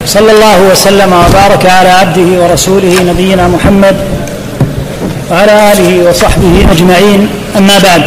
صلى الله وسلم وبارك على عبده ورسوله نبينا محمد وعلى آله وصحبه أجمعين، أما بعد،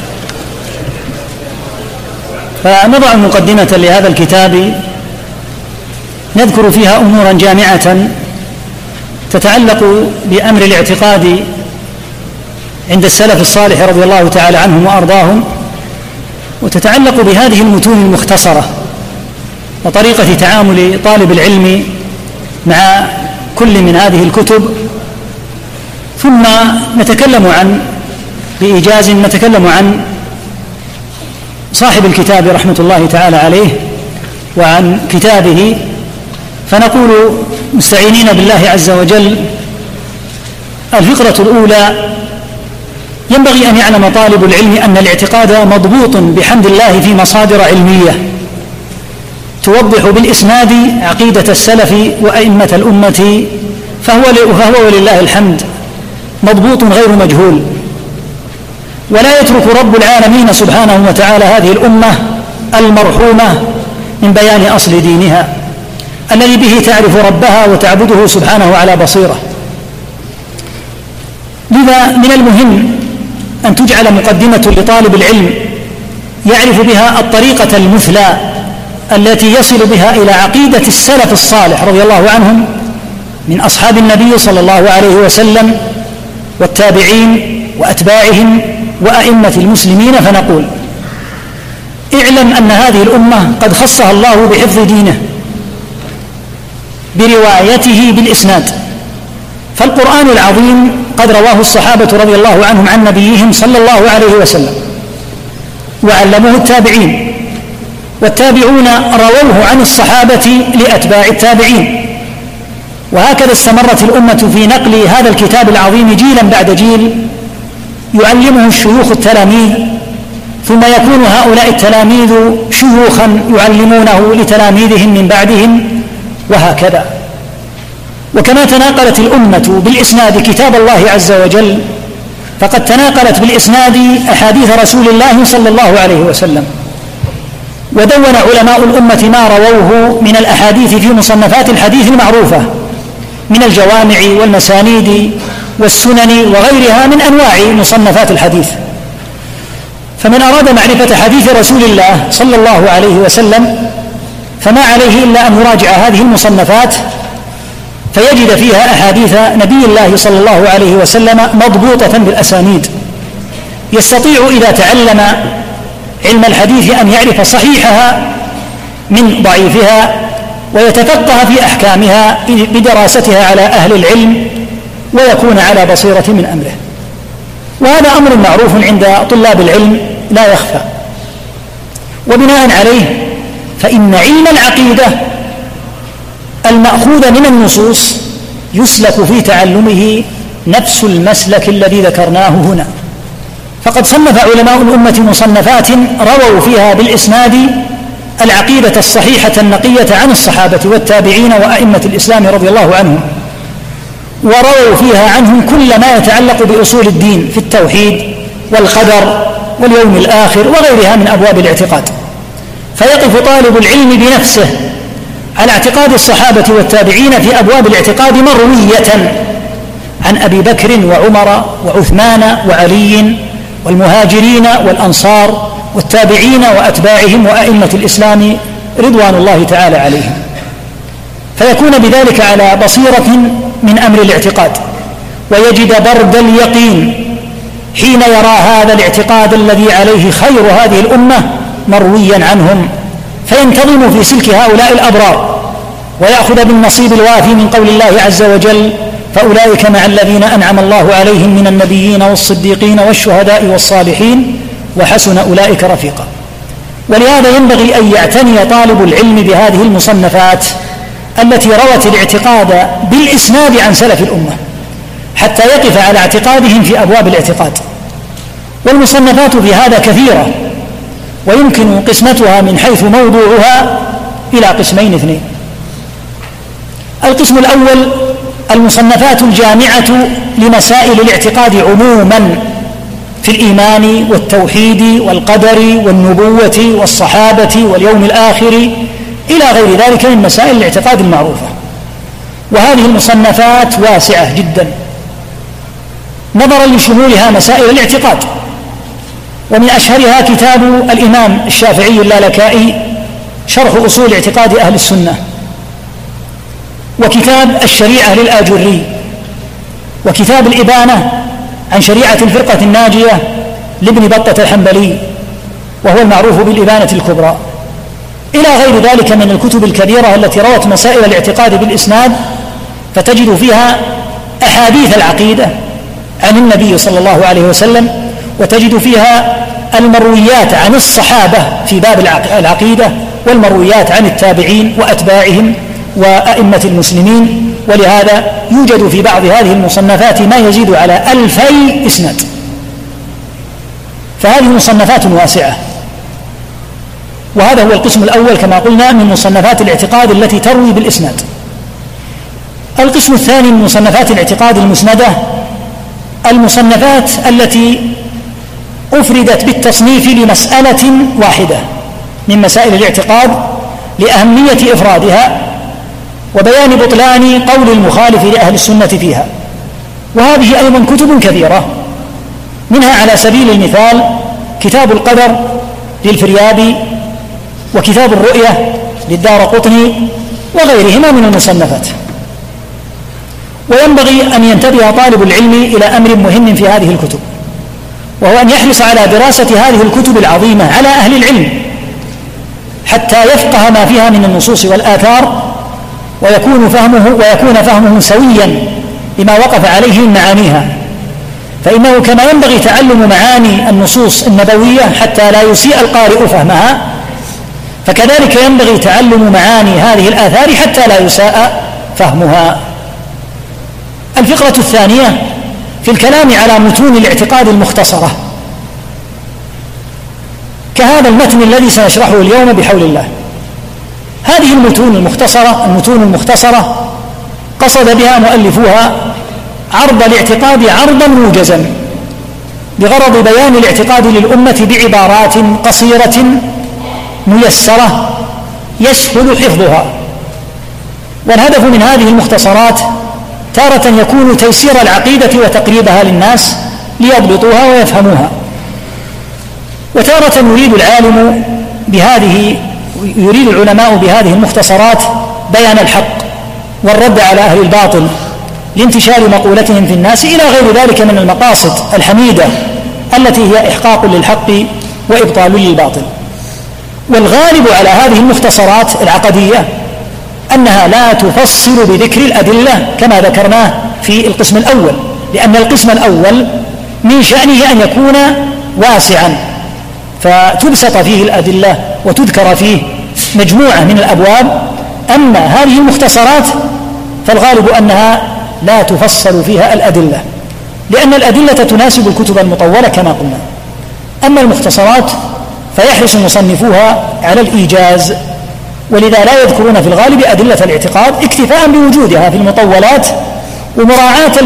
فنضع مقدمة لهذا الكتاب نذكر فيها أمورا جامعة تتعلق بأمر الاعتقاد عند السلف الصالح رضي الله تعالى عنهم وأرضاهم، وتتعلق بهذه المتون المختصرة وطريقة تعامل طالب العلم مع كل من هذه الكتب. ثم نتكلم عن صاحب الكتاب رحمة الله تعالى عليه وعن كتابه، فنقول مستعينين بالله عز وجل: الفقرة الأولى: ينبغي أن يعلم طالب العلم أن الاعتقاد مضبوط بحمد الله في مصادر علمية توضح بالإسناد عقيدة السلف وأئمة الأمة، فهو ولله الحمد مضبوط غير مجهول. ولا يترك رب العالمين سبحانه وتعالى هذه الأمة المرحومة من بيان أصل دينها الذي به تعرف ربها وتعبده سبحانه على بصيرة. لذا من المهم أن تجعل مقدمة لطالب العلم يعرف بها الطريقة المثلى التي يصل بها إلى عقيدة السلف الصالح رضي الله عنهم من أصحاب النبي صلى الله عليه وسلم والتابعين وأتباعهم وأئمة المسلمين. فنقول: اعلم أن هذه الأمة قد خصها الله بحفظ دينه بروايته بالإسناد، فالقرآن العظيم قد رواه الصحابة رضي الله عنهم عن نبيهم صلى الله عليه وسلم، وعلموه التابعين، والتابعون رووه عن الصحابة لأتباع التابعين، وهكذا استمرت الأمة في نقل هذا الكتاب العظيم جيلا بعد جيل يعلمه الشيوخ التلاميذ، ثم يكون هؤلاء التلاميذ شيوخا يعلمونه لتلاميذهم من بعدهم، وهكذا. وكما تناقلت الأمة بالإسناد كتاب الله عز وجل، فقد تناقلت بالإسناد أحاديث رسول الله صلى الله عليه وسلم، ودون علماء الأمة ما رووه من الأحاديث في مصنفات الحديث المعروفة من الجوامع والمسانيد والسنن وغيرها من أنواع مصنفات الحديث. فمن أراد معرفة حديث رسول الله صلى الله عليه وسلم فما عليه إلا أن يراجع هذه المصنفات فيجد فيها أحاديث نبي الله صلى الله عليه وسلم مضبوطة بالأسانيد، يستطيع إذا تعلم علم الحديث أن يعرف صحيحها من ضعيفها ويتفقه في أحكامها بدراستها على أهل العلم ويكون على بصيرة من أمره. وهذا أمر معروف عند طلاب العلم لا يخفى. وبناء عليه فإن علم العقيدة المأخوذ من النصوص يسلك في تعلمه نفس المسلك الذي ذكرناه هنا. فقد صنف علماء الأمة مصنفات رووا فيها بالإسناد العقيدة الصحيحة النقية عن الصحابة والتابعين وأئمة الإسلام رضي الله عنهم، ورووا فيها عنهم كل ما يتعلق بأصول الدين في التوحيد والقدر واليوم الآخر وغيرها من أبواب الاعتقاد. فيقف طالب العلم بنفسه على اعتقاد الصحابة والتابعين في أبواب الاعتقاد مروية عن أبي بكر وعمر وعثمان وعلي والمهاجرين والأنصار والتابعين وأتباعهم وأئمة الإسلام رضوان الله تعالى عليهم، فيكون بذلك على بصيرة من أمر الاعتقاد، ويجد برد اليقين حين يرى هذا الاعتقاد الذي عليه خير هذه الأمة مرويا عنهم، فينتظم في سلك هؤلاء الأبرار ويأخذ بالنصيب الوافي من قول الله عز وجل: فأولئك مع الذين أنعم الله عليهم من النبيين والصديقين والشهداء والصالحين وحسن أولئك رفيقا. ولهذا ينبغي أن يعتني طالب العلم بهذه المصنفات التي روت الاعتقاد بالإسناد عن سلف الأمة حتى يقف على اعتقادهم في أبواب الاعتقاد. والمصنفات في هذا كثيرة، ويمكن قسمتها من حيث موضوعها إلى قسمين اثنين. القسم الأول: المصنفات الجامعة لمسائل الاعتقاد عموما في الإيمان والتوحيد والقدر والنبوة والصحابة واليوم الآخر إلى غير ذلك من مسائل الاعتقاد المعروفة. وهذه المصنفات واسعة جدا نظرا لشمولها مسائل الاعتقاد، ومن أشهرها كتاب الإمام الشافعي اللالكائي شرح أصول اعتقاد أهل السنة، وكتاب الشريعة للآجري، وكتاب الإبانة عن شريعة الفرقة الناجية لابن بطة الحنبلي وهو المعروف بالإبانة الكبرى، إلى غير ذلك من الكتب الكبيرة التي روت مسائل الاعتقاد بالإسناد، فتجد فيها أحاديث العقيدة عن النبي صلى الله عليه وسلم، وتجد فيها المرويات عن الصحابة في باب العقيدة، والمرويات عن التابعين وأتباعهم وأئمة المسلمين. ولهذا يوجد في بعض هذه المصنفات ما يزيد على 2000 إسناد، فهذه مصنفات واسعة. وهذا هو القسم الأول كما قلنا من مصنفات الاعتقاد التي تروي بالإسناد. القسم الثاني من مصنفات الاعتقاد المسندة المصنفات التي أفردت بالتصنيف لمسألة واحدة من مسائل الاعتقاد لأهمية إفرادها وبيان بطلان قول المخالف لأهل السنة فيها. وهذه أيضا كتب كثيرة، منها على سبيل المثال كتاب القدر للفريابي، وكتاب الرؤية للدارقطني وغيرهما من المصنفات. وينبغي أن ينتبه طالب العلم إلى أمر مهم في هذه الكتب، وهو أن يحرص على دراسة هذه الكتب العظيمة على أهل العلم حتى يفقه ما فيها من النصوص والآثار، ويكون فهمه سويا بما وقف عليه من معانيها. فإنه كما ينبغي تعلم معاني النصوص النبوية حتى لا يسيء القارئ فهمها، فكذلك ينبغي تعلم معاني هذه الآثار حتى لا يساء فهمها. الفقرة الثانية في الكلام على متون الاعتقاد المختصرة، كهذا المتن الذي سنشرحه اليوم بحول الله. هذه المتون المختصرة قصد بها مؤلفوها عرض الاعتقاد عرضا موجزا بغرض بيان الاعتقاد للأمة بعبارات قصيرة ميسرة يسهل حفظها. والهدف من هذه المختصرات تارة يكون تيسير العقيدة وتقريبها للناس ليضبطوها ويفهموها، وتارة يريد العلماء بهذه المختصرات بيان الحق والرد على أهل الباطل لانتشار مقولتهم في الناس، إلى غير ذلك من المقاصد الحميدة التي هي إحقاق للحق وإبطال للباطل. والغالب على هذه المختصرات العقدية أنها لا تفصل بذكر الأدلة كما ذكرناه في القسم الأول، لأن القسم الأول من شأنه أن يكون واسعا فتبسط فيه الأدلة وتذكر فيه مجموعة من الأبواب. أما هذه المختصرات فالغالب أنها لا تفصل فيها الأدلة، لأن الأدلة تناسب الكتب المطولة كما قلنا. أما المختصرات فيحرص مصنفوها على الإيجاز، ولذا لا يذكرون في الغالب أدلة الاعتقاد اكتفاء بوجودها في المطولات، ومراعاة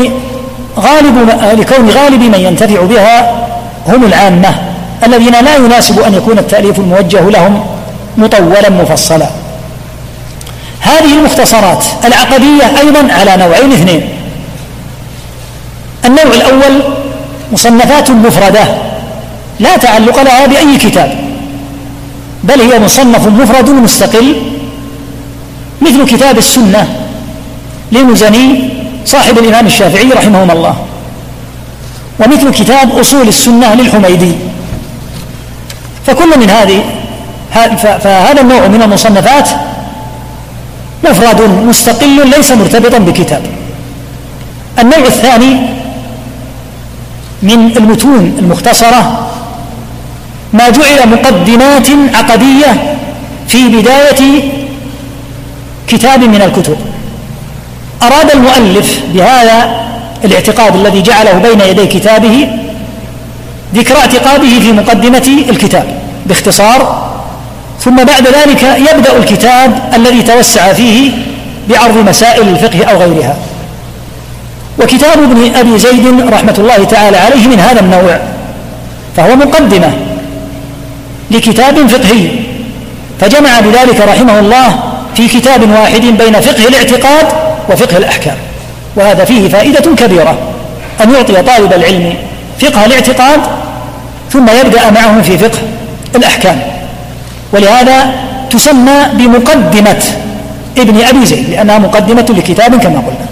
لكون غالب من ينتفع بها هم العامة الذين لا يناسب أن يكون التأليف الموجه لهم مطولا مفصلا. هذه المختصرات العقدية أيضا على نوعين اثنين. النوع الأول مصنفات مفردة لا تعلق لها بأي كتاب، بل هي مصنف مفرد مستقل، مثل كتاب السنة للمزني صاحب الإمام الشافعي رحمه الله، ومثل كتاب أصول السنة للحميدي. فهذا النوع من المصنفات مفرد مستقل ليس مرتبطا بكتاب. النوع الثاني من المتون المختصرة ما جعل مقدمات عقدية في بداية كتاب من الكتب. أراد المؤلف بهذا الاعتقاد الذي جعله بين يدي كتابه ذكر اعتقاده في مقدمة الكتاب باختصار، ثم بعد ذلك يبدأ الكتاب الذي توسع فيه بعرض مسائل الفقه أو غيرها. وكتاب ابن أبي زيد رحمة الله تعالى عليه من هذا النوع، فهو مقدمة لكتاب فقهي فجمع بذلك رحمه الله في كتاب واحد بين فقه الاعتقاد وفقه الأحكام، وهذا فيه فائدة كبيرة، أن يعطي طالب العلم فقه الاعتقاد ثم يبدأ معه في فقه الأحكام. ولهذا تسمى بمقدمة ابن أبي زيد، لأنها مقدمة لكتاب كما قلنا.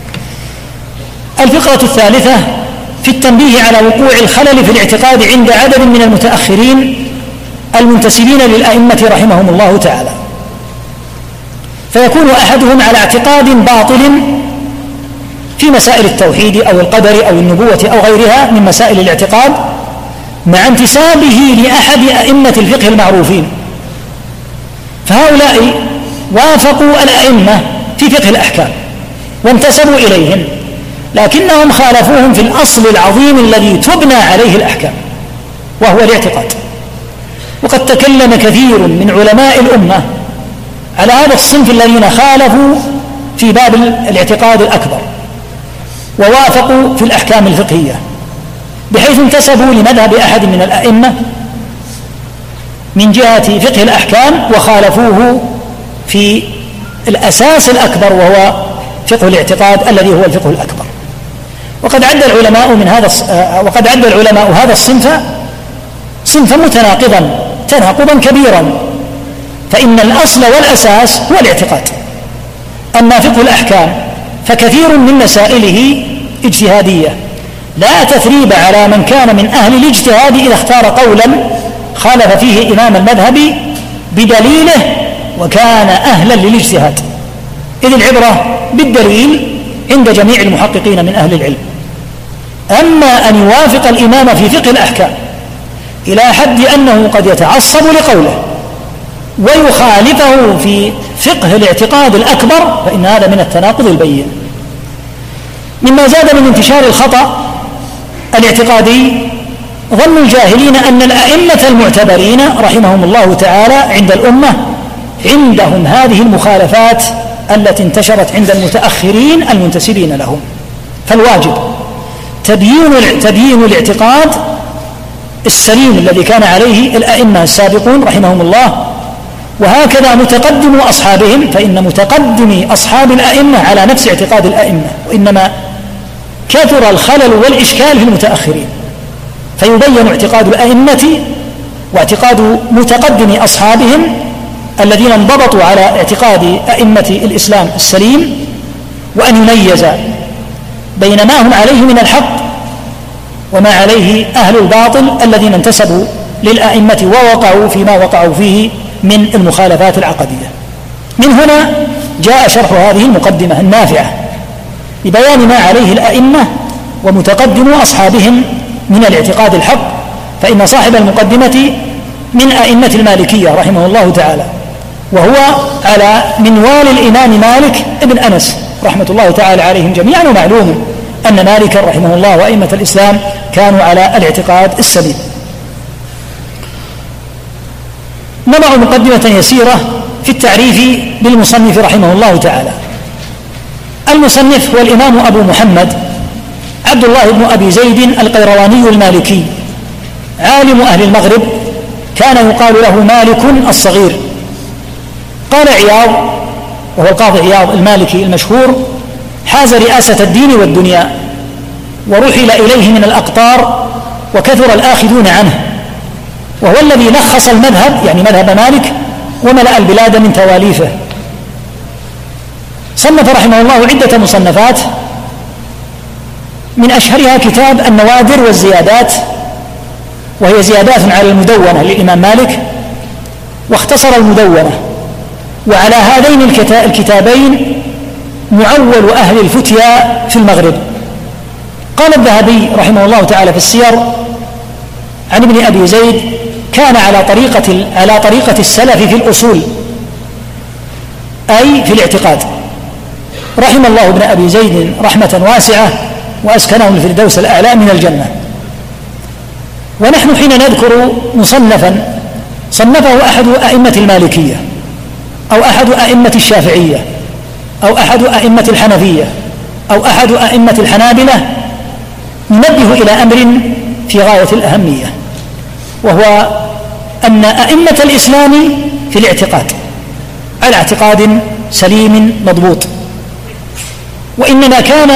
الفقرة الثالثة في التنبيه على وقوع الخلل في الاعتقاد عند عدد من المتأخرين المنتسبين للأئمة رحمهم الله تعالى، فيكون أحدهم على اعتقاد باطل في مسائل التوحيد أو القدر أو النبوة أو غيرها من مسائل الاعتقاد، مع انتسابه لأحد أئمة الفقه المعروفين، فهؤلاء وافقوا الأئمة في فقه الأحكام وانتسبوا إليهم، لكنهم خالفوهم في الأصل العظيم الذي تبنى عليه الأحكام، وهو الاعتقاد. وقد تكلم كثير من علماء الأمة على هذا الصنف الذين خالفوا في باب الاعتقاد الأكبر ووافقوا في الأحكام الفقهية، بحيث انتسبوا لمذهب أحد من الأئمة من جهة فقه الأحكام وخالفوه في الأساس الأكبر وهو فقه الاعتقاد الذي هو الفقه الأكبر. وقد عد العلماء هذا الصنف صنفا متناقضا تناقضا كبيرا، فإن الأصل والأساس هو الاعتقاد. أما فقه الأحكام فكثير من مسائله اجتهادية، لا تثريب على من كان من أهل الاجتهاد إذا اختار قولا خالف فيه إمام المذهب بدليله وكان أهلا للاجتهاد، إذ العبرة بالدليل عند جميع المحققين من أهل العلم. أما أن يوافق الإمام في فقه الأحكام إلى حد أنه قد يتعصب لقوله ويخالفه في فقه الاعتقاد الأكبر، فإن هذا من التناقض البين. مما زاد من انتشار الخطأ الاعتقادي ظن الجاهلين أن الأئمة المعتبرين رحمهم الله تعالى عند الأمة عندهم هذه المخالفات التي انتشرت عند المتأخرين المنتسبين لهم. فالواجب تبيين الاعتقاد السليم الذي كان عليه الأئمة السابقون رحمهم الله، وهكذا متقدم أصحابهم، فإن متقدم أصحاب الأئمة على نفس اعتقاد الأئمة، وإنما كثر الخلل والإشكال في المتأخرين، فيبين اعتقاد الأئمة واعتقاد متقدم أصحابهم الذين انضبطوا على اعتقاد أئمة الإسلام السليم، وأن يميز بين ما هم عليه من الحق وما عليه أهل الباطل الذين انتسبوا للأئمة ووقعوا فيما وقعوا فيه من المخالفات العقدية. من هنا جاء شرح هذه المقدمة النافعة لبيان ما عليه الأئمة ومتقدم أصحابهم من الاعتقاد الحق، فإن صاحب المقدمة من أئمة المالكية رحمه الله تعالى، وهو على منوال الإمام مالك ابن أنس رحمة الله تعالى عليهم جميعا. ومعلوم أن مالك رحمه الله وأئمة الإسلام كانوا على الاعتقاد السليم. نضع مقدمة يسيرة في التعريف بالمصنف رحمه الله تعالى. المصنف هو الإمام أبو محمد عبد الله بن أبي زيد القيرواني المالكي، عالم أهل المغرب، كان يقال له مالك الصغير. قال عياض، وهو القاضي عياض المالكي المشهور، حاز رئاسة الدين والدنيا، ورحل إليه من الأقطار وكثر الآخذون عنه، وهو الذي لخص المذهب، يعني مذهب مالك، وملأ البلاد من تواليفه. صنف رحمه الله عدة مصنفات، من أشهرها كتاب النوادر والزيادات، وهي زيادات على المدونة للإمام مالك، واختصر المدونة. وعلى هذين الكتابين معول أهل الفتيا في المغرب. قال الذهبي رحمه الله تعالى في السير عن ابن أبي زيد: كان على طريقة السلف في الأصول، أي في الاعتقاد. رحم الله ابن أبي زيد رحمة واسعة، وأسكنه الفردوس الأعلى من الجنة. ونحن حين نذكر مصنفا صنفه أحد أئمة المالكية أو أحد أئمة الشافعية أو أحد أئمة الحنفية أو أحد أئمة الحنابلة، ننبه إلى أمر في غاية الأهمية، وهو أن أئمة الإسلام في الاعتقاد على اعتقاد سليم مضبوط، وإنما كان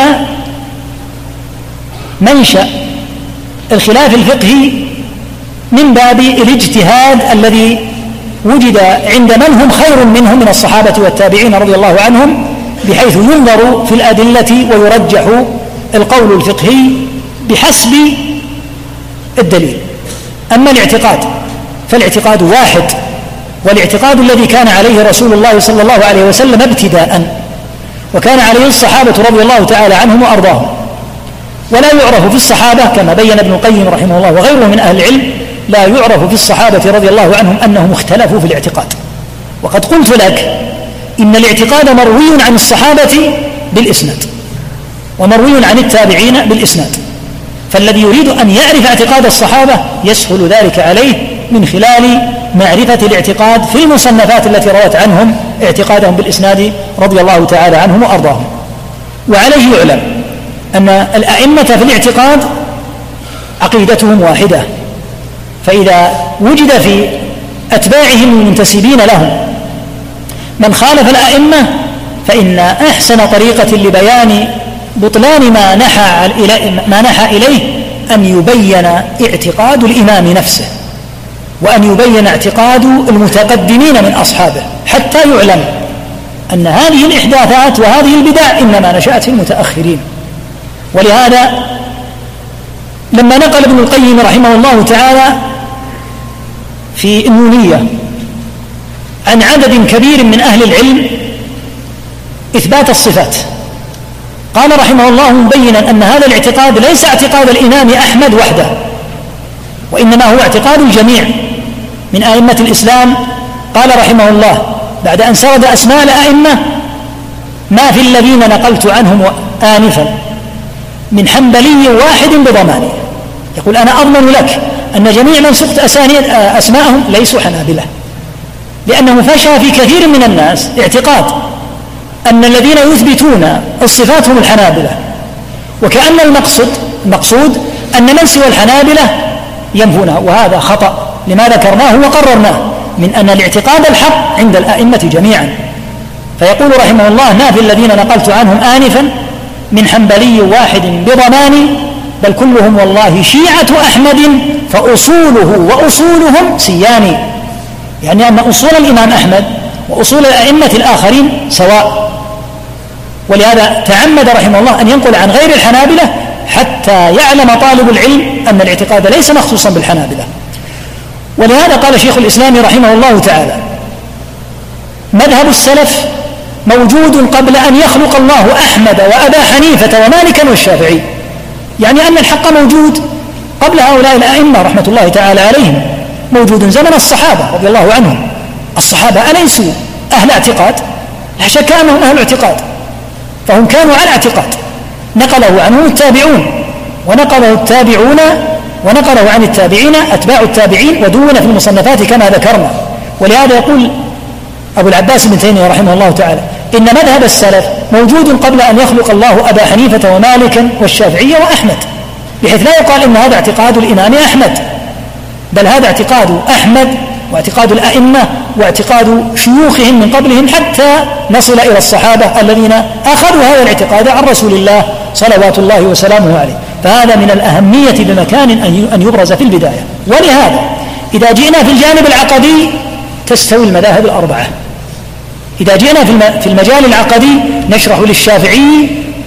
منشأ الخلاف الفقهي من باب الاجتهاد الذي وجد عند من هم خير منهم من الصحابة والتابعين رضي الله عنهم، بحيث ينظر في الأدلة ويرجح القول الفقهي بحسب الدليل. أما الاعتقاد فالاعتقاد واحد، والاعتقاد الذي كان عليه رسول الله صلى الله عليه وسلم ابتداء، وكان عليه الصحابة رضي الله تعالى عنهم وأرضاهم. ولا يعرف في الصحابة كما بين ابن القيم رحمه الله وغيره من أهل العلم، لا يعرف في الصحابة رضي الله عنهم أنهم اختلفوا في الاعتقاد. وقد قلت لك إن الاعتقاد مروي عن الصحابة بالإسناد، ومروي عن التابعين بالإسناد، فالذي يريد أن يعرف اعتقاد الصحابة يسهل ذلك عليه من خلال معرفة الاعتقاد في المصنفات التي روت عنهم اعتقادهم بالإسناد رضي الله تعالى عنهم وأرضاهم. وعليه يعلم أن الأئمة في الاعتقاد عقيدتهم واحدة، فإذا وجد في أتباعهم المنتسبين لهم من خالف الأئمة فإن أحسن طريقة لبيان بطلان ما نحى إليه أن يبين اعتقاد الإمام نفسه، وأن يبين اعتقاد المتقدمين من أصحابه، حتى يعلم أن هذه الإحداثات وهذه البدع إنما نشأت في المتأخرين. ولهذا لما نقل ابن القيم رحمه الله تعالى في النونية عن عدد كبير من أهل العلم إثبات الصفات، قال رحمه الله مبينا أن هذا الاعتقاد ليس اعتقاد الإمام أحمد وحده، وإنما هو اعتقاد الجميع من أئمة الإسلام. قال رحمه الله بعد أن سرد أسماء الأئمة ما في الذين نقلت عنهم آنفا من حنبلي واحد بضمانه، يقول أنا أضمن لك أن جميع من سقط أسماءهم ليسوا حنابلة، لأنه فشى في كثير من الناس اعتقاد أن الذين يثبتون الصفات هم الحنابلة، وكأن المقصود أن من سوى الحنابلة ينفونها، وهذا خطأ لما ذكرناه وقررناه من أن الاعتقاد الحق عند الأئمة جميعا. فيقول رحمه الله ما في الذين نقلت عنهم آنفا من حنبلي واحد بضماني، بل كلهم والله شيعة أحمد فأصوله وأصولهم سيان، يعني أن أصول الإمام أحمد وأصول الأئمة الآخرين سواء. ولهذا تعمد رحمه الله أن ينقل عن غير الحنابلة حتى يعلم طالب العلم أن الاعتقاد ليس مخصوصا بالحنابلة. ولهذا قال شيخ الإسلام رحمه الله تعالى مذهب السلف موجود قبل أن يخلق الله أحمد وأبا حنيفة ومالكا والشافعي، يعني أن الحق موجود قبل هؤلاء الأئمة رحمة الله تعالى عليهم، موجود زمن الصحابة رضي الله عنهم. الصحابة أليسوا أهل اعتقاد؟ لا شك أنهم أهل اعتقاد، فهم كانوا على اعتقاد، نقله عنهم التابعون، ونقله التابعون، ونقله عن التابعين أتباع التابعين، ودون في المصنفات كما ذكرنا. ولهذا يقول أبو العباس بن تيمية رحمه الله تعالى إن مذهب السلف موجود قبل أن يخلق الله أبا حنيفة ومالكا والشافعي وأحمد، بحيث لا يقال إن هذا اعتقاد الإمام أحمد، بل هذا اعتقاد أحمد واعتقاد الأئمة واعتقاد شيوخهم من قبلهم، حتى نصل إلى الصحابة الذين أخذوا هذا الاعتقاد عن رسول الله صلوات الله وسلامه عليه. فهذا من الأهمية بمكان أن يبرز في البداية. ولهذا إذا جئنا في الجانب العقدي تستوي المذاهب الأربعة. إذا جئنا في المجال العقدي نشرح للشافعي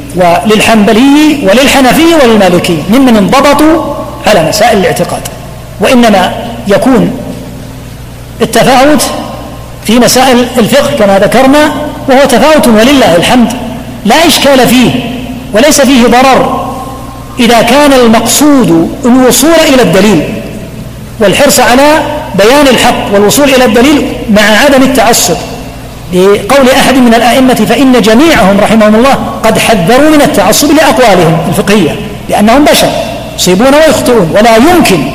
وللحنبلي وللحنفي وللمالكي ممن انضبطوا على مسائل الاعتقاد، وإنما يكون التفاوت في مسائل الفقه كما ذكرنا، وهو تفاوت ولله الحمد لا إشكال فيه وليس فيه ضرر، إذا كان المقصود الوصول إلى الدليل والحرص على بيان الحق والوصول إلى الدليل مع عدم التعصب. لقول أحد من الأئمة فإن جميعهم رحمهم الله قد حذروا من التعصب لأقوالهم الفقهية، لأنهم بشر يصيبون ويخطئون، ولا يمكن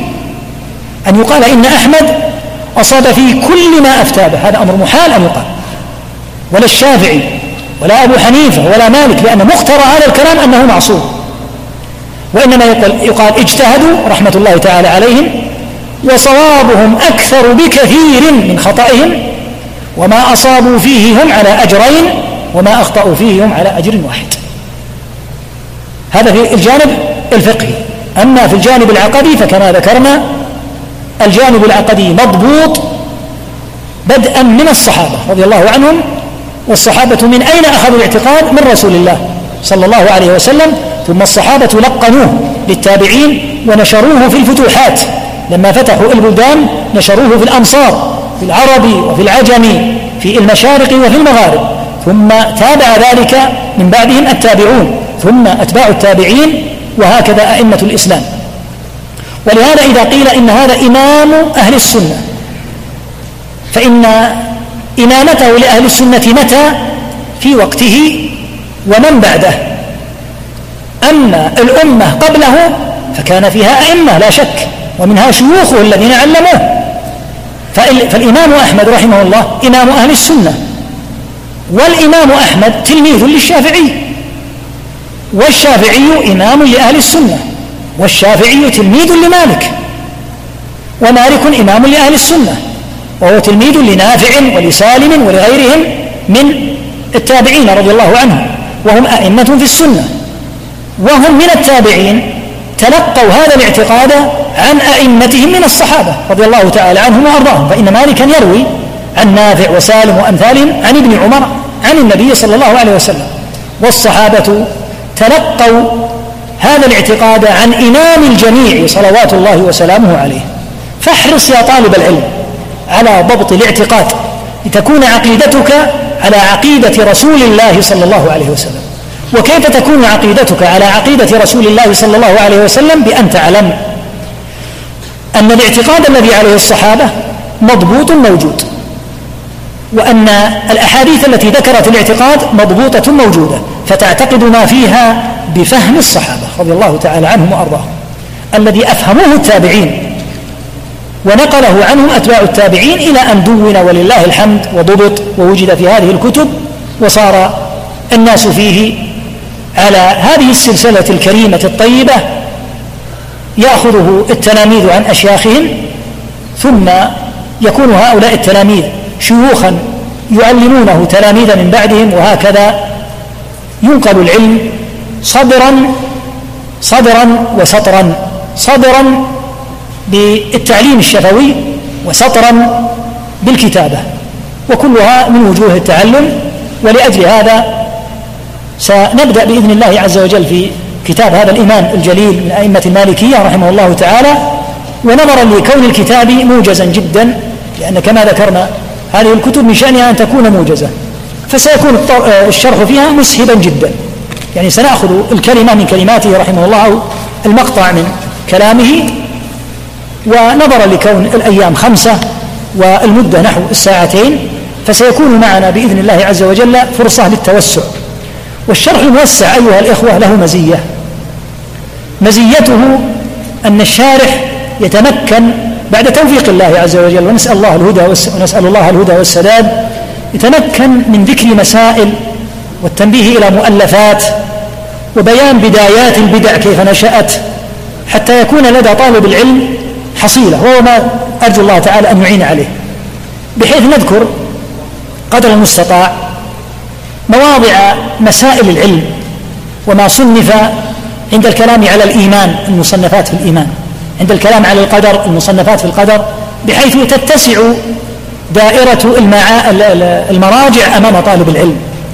أن يقال إن أحمد أصاب في كل ما أفتى به، هذا أمر محال أن يقال، ولا الشافعي ولا أبو حنيفة ولا مالك، لأن مقتضى هذا الكلام أنه معصوم، وإنما يقال اجتهدوا رحمة الله تعالى عليهم وصوابهم أكثر بكثير من خطئهم، وما أصابوا فيه هم على أجرين وما أخطأوا فيه هم على أجر واحد. هذا في الجانب الفقهي. أما في الجانب العقدي فكما ذكرنا الجانب العقدي مضبوط بدءا من الصحابة رضي الله عنهم، والصحابة من أين أخذوا الاعتقاد؟ من رسول الله صلى الله عليه وسلم، ثم الصحابة لقنوه للتابعين ونشروه في الفتوحات، لما فتحوا البلدان نشروه في الأمصار، في العربي وفي العجمي، في المشارق وفي المغارب، ثم تابع ذلك من بعدهم التابعون، ثم أتباع التابعين، وهكذا أئمة الإسلام. ولهذا إذا قيل إن هذا إمام أهل السنة فإن إمامته لأهل السنة متى؟ في وقته ومن بعده. أما الأمة قبله فكان فيها أئمة لا شك، ومنها شيوخه الذين علموه. فالإمام أحمد رحمه الله إمام أهل السنة، والإمام أحمد تلميذ للشافعي، والشافعي إمام لأهل السنة، والشافعي تلميذ لمالك، ومالك إمام لأهل السنة، وهو تلميذ لنافع ولسالم ولغيرهم من التابعين رضي الله عنهم، وهم أئمة في السنة. وهم من التابعين تلقوا هذا الاعتقاد عن أئمتهم من الصحابة رضي الله تعالى عنهم وأرضاهم، فإن مالكا يروي عن نافع وسالم وأمثالهم عن ابن عمر عن النبي صلى الله عليه وسلم. والصحابة تلقوا هذا الاعتقاد عن إمام الجميع صلوات الله وسلامه عليه. فاحرص يا طالب العلم على ضبط الاعتقاد لتكون عقيدتك على عقيدة رسول الله صلى الله عليه وسلم. وكيف تكون عقيدتك على عقيدة رسول الله صلى الله عليه وسلم؟ بأن تعلم أن الاعتقاد الذي عليه الصحابة مضبوط موجود، وأن الأحاديث التي ذكرت الاعتقاد مضبوطة موجودة، فتعتقد ما فيها بفهم الصحابة رضي الله تعالى عنهم وأرضاهم الذي أفهموه التابعين ونقله عنهم أتباع التابعين إلى أن دون ولله الحمد وضبط ووجد في هذه الكتب، وصار الناس فيه على هذه السلسلة الكريمة الطيبة يأخذه التلاميذ عن أشياخهم، ثم يكون هؤلاء التلاميذ شيوخا يعلمونه تلاميذ من بعدهم، وهكذا ينقل العلم صدرا وسطرا، صدرا بالتعليم الشفوي وسطرا بالكتابة، وكلها من وجوه التعلم. ولأجل هذا سنبدأ بإذن الله عز وجل في كتاب هذا الإمام الجليل من أئمة المالكية رحمه الله تعالى، ونظرا لكون الكتاب موجزا جدا، لأن كما ذكرنا هذه الكتب من شأنها أن تكون موجزة، فسيكون الشرح فيها مسهبا جدا. يعني سنأخذ الكلمة من كلماته رحمه الله، المقطع من كلامه، ونظرا لكون الأيام 5 والمدة نحو الساعتين فسيكون معنا بإذن الله عز وجل فرصة للتوسع. والشرح الموسع أيها الإخوة له مزية، مزيته أن الشارح يتمكن بعد توفيق الله عز وجل، ونسأل الله الهدى والسداد، يتمكن من ذكر مسائل والتنبيه إلى مؤلفات وبيان بدايات البدع كيف نشأت، حتى يكون لدى طالب العلم حصيلة، وهو ما أرجو الله تعالى أن يعين عليه، بحيث نذكر قدر المستطاع مواضع مسائل العلم وما صنف عند الكلام على الإيمان، المصنفات في الإيمان، عند الكلام على القدر، المصنفات في القدر، بحيث تتسع دائرة المراجع أمام طالب العلم،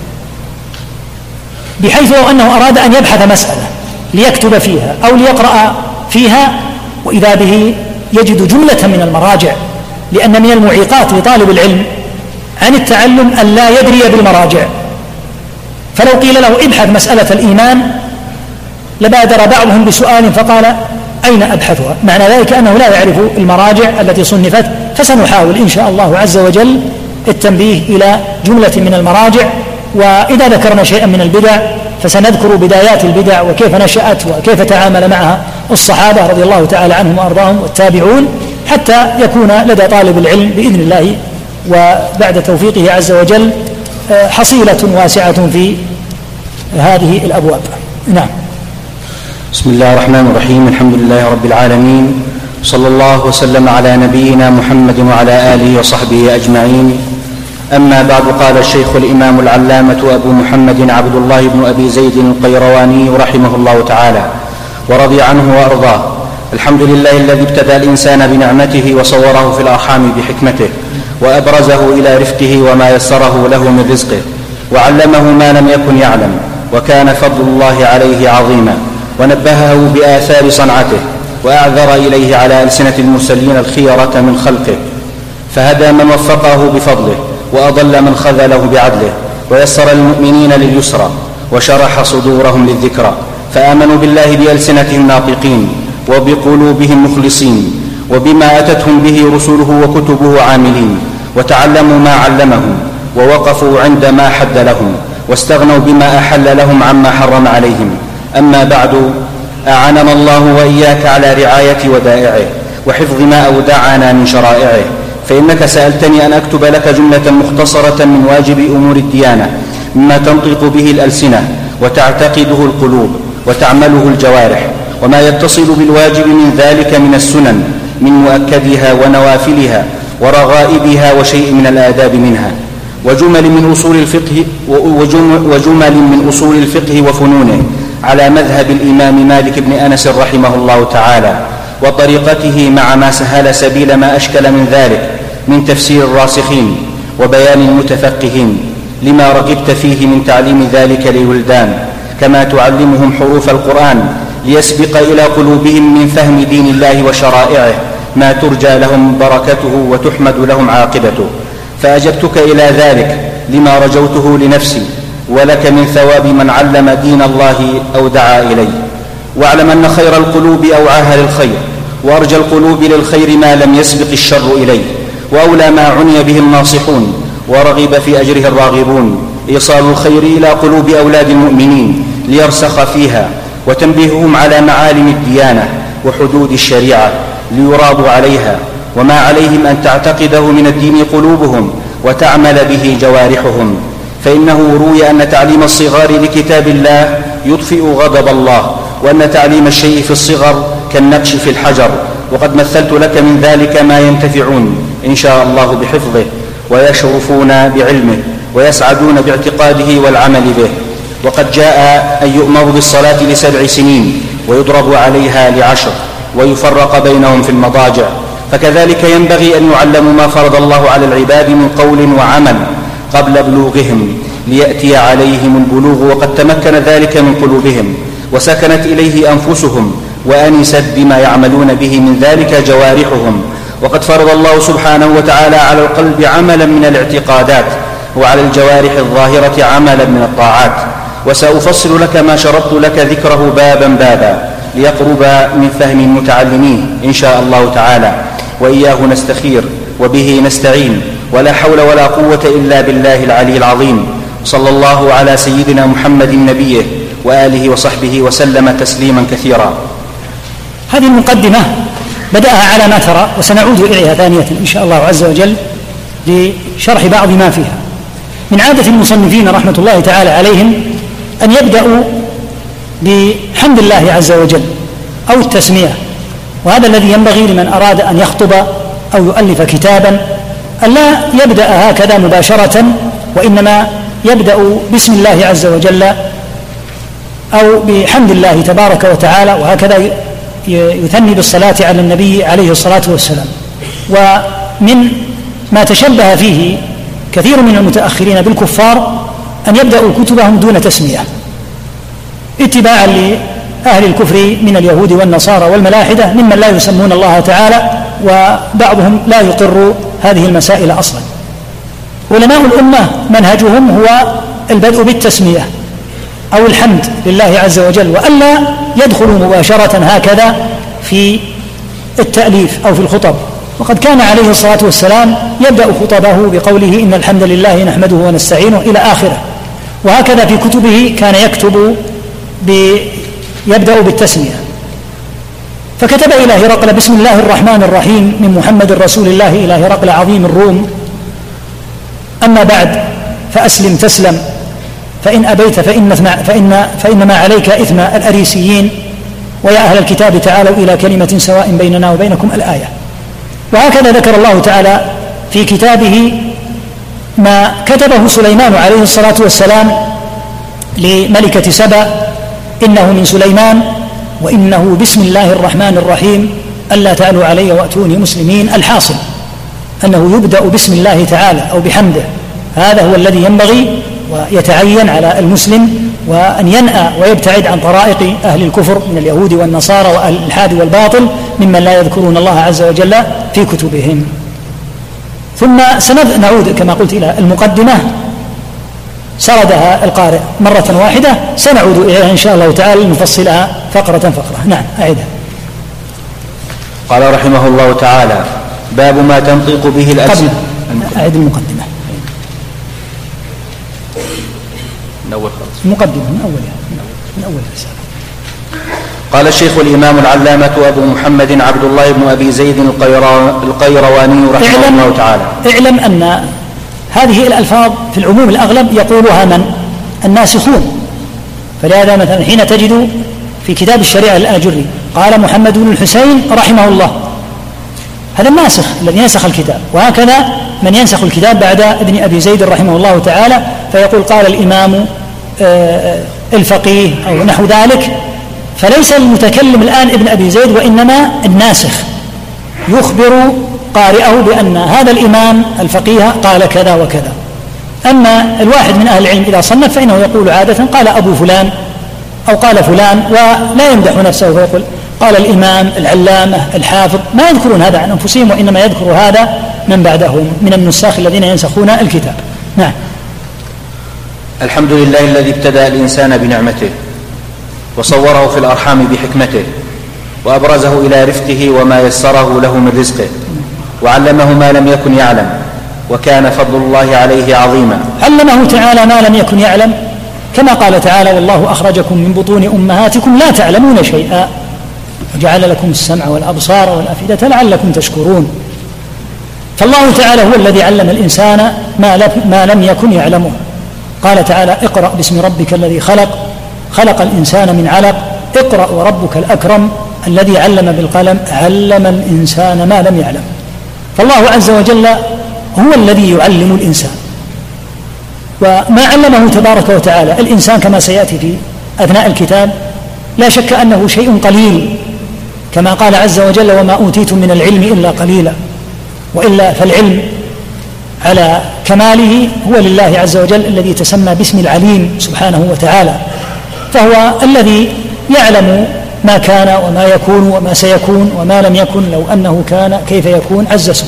بحيث لو أنه أراد أن يبحث مسألة ليكتب فيها أو ليقرأ فيها وإذا به يجد جملة من المراجع، لأن من المعيقات لطالب العلم عن التعلم أن لا يدري بالمراجع. فلو قيل له ابحث مسألة الإيمان لبادر بعضهم بسؤال فقال أين أبحثها؟ معنى ذلك أنه لا يعرف المراجع التي صنفت. فسنحاول إن شاء الله عز وجل التنبيه إلى جملة من المراجع، وإذا ذكرنا شيئا من البدع فسنذكر بدايات البدع وكيف نشأت وكيف تعامل معها الصحابة رضي الله تعالى عنهم وأرضاهم والتابعون، حتى يكون لدى طالب العلم بإذن الله وبعد توفيقه عز وجل حصيلة واسعة في هذه الأبواب. نعم. بسم الله الرحمن الرحيم، الحمد لله رب العالمين، صلى الله وسلم على نبينا محمد وعلى آله وصحبه أجمعين. أما بعد. قال الشيخ الإمام العلامة أبو محمد عبد الله بن أبي زيد القيرواني رحمه الله تعالى ورضي عنه وأرضاه: الحمد لله الذي ابتدأ الإنسان بنعمته وصوره في الأرحام بحكمته وأبرزه إلى رفقه وما يسره له من رزقه وعلمه ما لم يكن يعلم، وكان فضل الله عليه عظيما، ونبهه بآثار صنعته وأعذر إليه على ألسنة المرسلين الخيرة من خلقه، فهدى من وفقه بفضله وأضل من خذله بعدله، ويسر المؤمنين لليسرى وشرح صدورهم للذكرى، فآمنوا بالله بألسنتهم ناطقين وبقلوبهم مخلصين، وبما أتتهم به رسله وكتبه عاملين، وتعلموا ما علمهم ووقفوا عند ما حد لهم، واستغنوا بما أحل لهم عما حرم عليهم. أما بعد، أعاننا الله وإياك على رعاية ودائعه وحفظ ما أودعنا من شرائعه، فإنك سألتني أن أكتب لك جملة مختصرة من واجب أمور الديانة مما تنطق به الألسنة وتعتقده القلوب وتعمله الجوارح، وما يتصل بالواجب من ذلك من السنن من مؤكدها ونوافلها ورغائبها وشيء من الآداب منها، وجمل من أصول الفقه وفنونه على مذهب الإمام مالك بن أنس رحمه الله تعالى وطريقته، مع ما سهل سبيل ما أشكل من ذلك من تفسير الراسخين وبيان المتفقهين، لما رغبت فيه من تعليم ذلك للولدان، كما تعلمهم حروف القرآن ليسبق إلى قلوبهم من فهم دين الله وشرائعه ما ترجى لهم بركته وتحمد لهم عاقبته. فأجبتك إلى ذلك لما رجوته لنفسي ولك من ثواب من علم دين الله أو دعا إليه. واعلم أن خير القلوب أوعاها للخير، وأرجى القلوب للخير ما لم يسبق الشر إليه، وأولى ما عني به الناصحون ورغب في أجره الراغبون إيصال الخير إلى قلوب أولاد المؤمنين ليرسخ فيها، وتنبيههم على معالم الديانة وحدود الشريعة ليراضوا عليها، وما عليهم أن تعتقده من الدين قلوبهم وتعمل به جوارحهم. فإنه روي أن تعليم الصغار لكتاب الله يطفئ غضب الله، وأن تعليم الشيء في الصغر كالنقش في الحجر، وقد مثلت لك من ذلك ما ينتفعون إن شاء الله بحفظه ويشرفون بعلمه ويسعدون باعتقاده والعمل به. وقد جاء أن يؤمر بالصلاة ل7 سنين ويضرب عليها ل10 ويفرق بينهم في المضاجع، فكذلك ينبغي أن يعلموا ما فرض الله على العباد من قول وعمل قبل بلوغهم ليأتي عليهم البلوغ وقد تمكن ذلك من قلوبهم وسكنت إليه أنفسهم وأنست بما يعملون به من ذلك جوارحهم. وقد فرض الله سبحانه وتعالى على القلب عملا من الاعتقادات، وعلى الجوارح الظاهرة عملا من الطاعات، وسأفصل لك ما شرطت لك ذكره بابا بابا ليقرب من فهم المتعلمين إن شاء الله تعالى. وإياه نستخير وبه نستعين، ولا حول ولا قوة إلا بالله العلي العظيم. صلى الله على سيدنا محمد نبيه وآله وصحبه وسلم تسليما كثيرا. هذه المقدمة بدأها على ما ترى، وسنعود إليها ثانية إن شاء الله عز وجل لشرح بعض ما فيها. من عادة المصنفين رحمة الله تعالى عليهم أن يبدأوا بحمد الله عز وجل أو التسمية، وهذا الذي ينبغي لمن أراد أن يخطب أو يؤلف كتابا، أن لا يبدأ هكذا مباشرة، وإنما يبدأ بسم الله عز وجل أو بحمد الله تبارك وتعالى، وهكذا يثني بالصلاة على النبي عليه الصلاة والسلام. ومن ما تشبه فيه كثير من المتأخرين بالكفار أن يبدأوا كتبهم دون تسمية، اتباعا لأهل الكفر من اليهود والنصارى والملاحدة ممن لا يسمون الله تعالى، وبعضهم لا يقر هذه المسائل أصلا. علماء الأمة منهجهم هو البدء بالتسمية أو الحمد لله عز وجل، وألا يدخلوا مباشرة هكذا في التأليف أو في الخطب. وقد كان عليه الصلاة والسلام يبدأ خطبه بقوله إن الحمد لله نحمده ونستعينه إلى آخره، وهكذا في كتبه كان يكتب يبدأ بالتسمية. فكتب إلى هرقل بسم الله الرحمن الرحيم من محمد رسول الله إلى هرقل عظيم الروم، أما بعد فأسلم تسلم، فإن أبيت فإنما عليك إثم الأريسيين، ويا أهل الكتاب تعالوا إلى كلمة سواء بيننا وبينكم الآية. وهكذا ذكر الله تعالى في كتابه ما كتبه سليمان عليه الصلاة والسلام لملكة سبأ: إنه من سليمان وإنه بسم الله الرحمن الرحيم ألا تعلوا علي وأتوني مسلمين. الحاصل أنه يبدأ بسم الله تعالى أو بحمده، هذا هو الذي ينبغي ويتعين على المسلم، وأن ينأى ويبتعد عن طرائق أهل الكفر من اليهود والنصارى وأهل الإلحاد والباطل ممن لا يذكرون الله عز وجل في كتبهم. ثم سنعود كما قلت إلى المقدمة سردها القارئ مرة واحدة، سنعود إليها إن شاء الله تعالى لنفصلها فقرة فقرة. نعم أعيدها. قال رحمه الله تعالى: باب ما تنطق به الألسنة. أعيد المقدمة المقدمة من أولها قال الشيخ الإمام العلامة أبو محمد عبد الله بن أبي زيد القيرواني رحمه الله تعالى: اعلم أن هذه الألفاظ في العموم الأغلب يقولها من؟ الناسخون. فلهذا مثلا حين تجد في كتاب الشريعة الآجري قال محمد بن الحسين رحمه الله، هذا الناسخ الذي ينسخ الكتاب. وهكذا من ينسخ الكتاب بعد ابن أبي زيد رحمه الله تعالى فيقول قال الإمام الفقيه أو نحو ذلك. فليس المتكلم الآن ابن أبي زيد، وإنما الناسخ يخبر قارئه بأن هذا الإمام الفقيه قال كذا وكذا. أما الواحد من أهل العلم إذا صنف فإنه يقول عادة قال أبو فلان أو قال فلان، ولا يمدح نفسه ويقول قال الإمام العلامة الحافظ، ما يذكرون هذا عن أنفسهم، وإنما يذكر هذا من بعدهم من النساخ الذين ينسخون الكتاب. نعم. الحمد لله الذي ابتدأ الإنسان بنعمته وصوره في الأرحام بحكمته وأبرزه إلى رفقه وما يسره له من رزقه وعلمه ما لم يكن يعلم، وكان فضل الله عليه عظيما. علمه تعالى ما لم يكن يعلم، كما قال تعالى: والله أخرجكم من بطون أمهاتكم لا تعلمون شيئا وجعل لكم السمع والأبصار والأفئدة لعلكم تشكرون. فالله تعالى هو الذي علم الإنسان ما لم يكن يعلمه. قال تعالى: اقرأ باسم ربك الذي خلق، خلق الإنسان من علق، اقرأ وربك الأكرم الذي علم بالقلم، علم الإنسان ما لم يعلم. فالله عز وجل هو الذي يعلم الإنسان، وما علمه تبارك وتعالى الإنسان كما سيأتي في أثناء الكتاب لا شك أنه شيء قليل، كما قال عز وجل: وما أوتيتم من العلم إلا قليلا. وإلا فالعلم على كماله هو لله عز وجل الذي تسمى باسم العليم سبحانه وتعالى، فهو الذي يعلم ما كان وما يكون وما سيكون وما لم يكن لو أنه كان كيف يكون عز اسمه.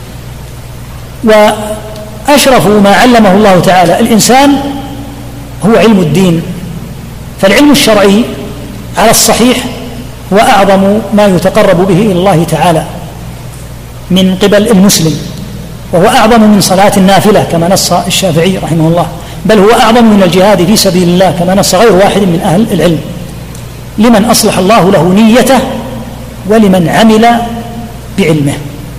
وأشرف ما علمه الله تعالى الإنسان هو علم الدين. فالعلم الشرعي على الصحيح هو أعظم ما يتقرب به إلى الله تعالى من قبل المسلم، وهو أعظم من صلاة النافلة كما نص الشافعي رحمه الله، بل هو أعظم من الجهاد في سبيل الله كما نص غير واحد من أهل العلم، لمن أصلح الله له نيته ولمن عمل بعلمه.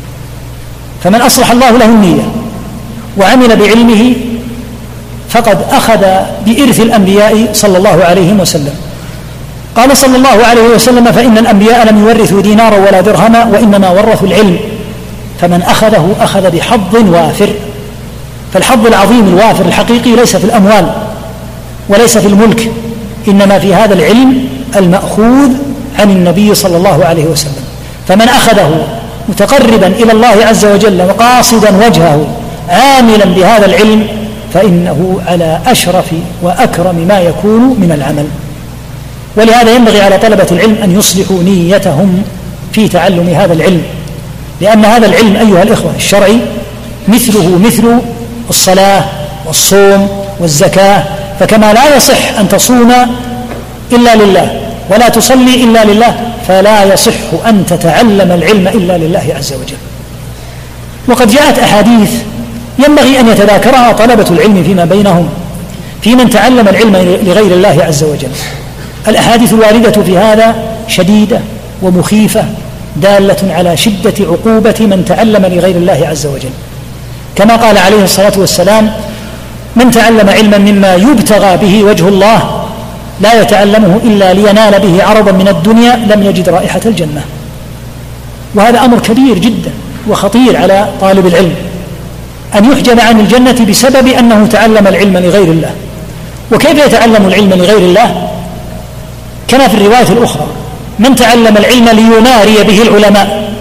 فمن أصلح الله له النية وعمل بعلمه فقد أخذ بإرث الأنبياء صلى الله عليه وسلم. قال صلى الله عليه وسلم: فإن الأنبياء لم يورثوا دينارا ولا درهما وإنما ورثوا العلم، فمن أخذه أخذ بحظ وافر. فالحظ العظيم الوافر الحقيقي ليس في الأموال وليس في الملك، إنما في هذا العلم المأخوذ عن النبي صلى الله عليه وسلم. فمن أخذه متقربا إلى الله عز وجل وقاصدا وجهه عاملا بهذا العلم فإنه على أشرف وأكرم ما يكون من العمل. ولهذا ينبغي على طلبة العلم أن يصلحوا نيتهم في تعلم هذا العلم، لأن هذا العلم أيها الإخوة الشرعي مثله مثل الصلاة والصوم والزكاة. فكما لا يصح أن تصوم إلا لله ولا تصلي إلا لله، فلا يصح أن تتعلم العلم إلا لله عز وجل. وقد جاءت أحاديث ينبغي أن يتذاكرها طلبة العلم فيما بينهم في من تعلم العلم لغير الله عز وجل. الأحاديث الواردة في هذا شديدة ومخيفة، دالة على شدة عقوبة من تعلم لغير الله عز وجل، كما قال عليه الصلاة والسلام: من تعلم علما مما يبتغى به وجه الله لا يتعلمه إلا لينال به عرضا من الدنيا لم يجد رائحة الجنة. وهذا أمر كبير جدا وخطير على طالب العلم. أن يحجب عن الجنة بسبب أنه تعلم العلم لغير الله. وكيف يتعلم العلم لغير الله؟ كما في الرواية الأخرى: من تعلم العلم ليماري به العلماء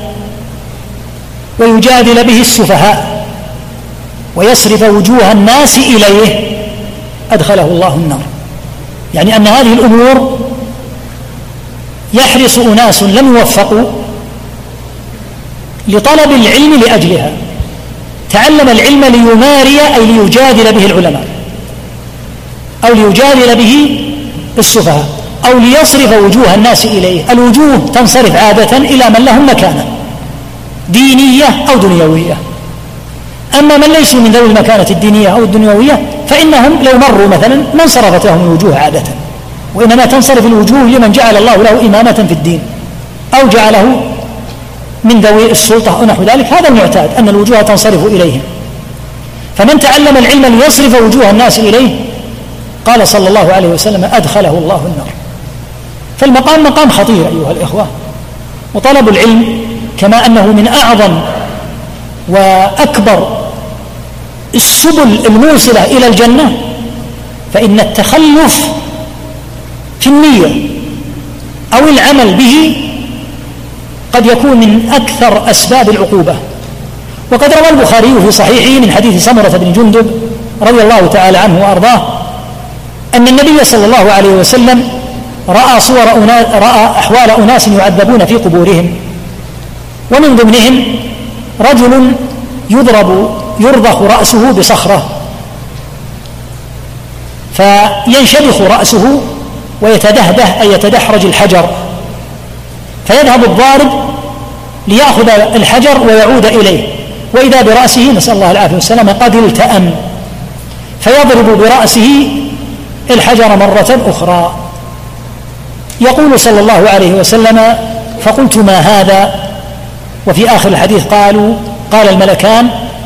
ويجادل به السفهاء ويصرف وجوه الناس إليه أدخله الله النار. يعني أن هذه الأمور يحرص أناس لم يوفقوا لطلب العلم لأجلها. تعلم العلم ليماري أي ليجادل به العلماء، أو ليجادل به السفهاء، أو ليصرف وجوه الناس إليه. الوجوه تنصرف عادة إلى من لهم مكانة دينية أو دنيوية. أما من ليسوا من ذوي المكانة الدينية أو الدنيوية فإنهم لو مروا مثلا ما انصرفت لهم الوجوه عادة، وإنما تنصرف الوجوه لمن جعل الله له إمامة في الدين أو جعله من ذوي السلطة أو نحو ذلك. هذا المعتاد أن الوجوه تنصرف إليهم. فمن تعلم العلم ليصرف وجوه الناس إليه قال صلى الله عليه وسلم أدخله الله النار. فالمقام مقام خطير أيها الإخوة. وطلب العلم كما أنه من أعظم وأكبر السبل الموصلة إلى الجنة، فإن التخلف في النية أو العمل به قد يكون من أكثر أسباب العقوبة. وقد روى البخاري في صحيحه من حديث سمرة بن جندب رضي الله تعالى عنه وأرضاه أن النبي صلى الله عليه وسلم رأى أحوال أناس يعذبون في قبورهم، ومن ضمنهم رجل يرضخ رأسه بصخرة فينشبخ رأسه ويتدهده أي يتدحرج الحجر، فيذهب الضارب ليأخذ الحجر ويعود إليه، وإذا برأسه نسأل الله العافية والسلامة قد التأم، فيضرب برأسه الحجر مرة أخرى. يقول صلى الله عليه وسلم: فقلت ما هذا؟ وفي آخر الحديث قال الملكان،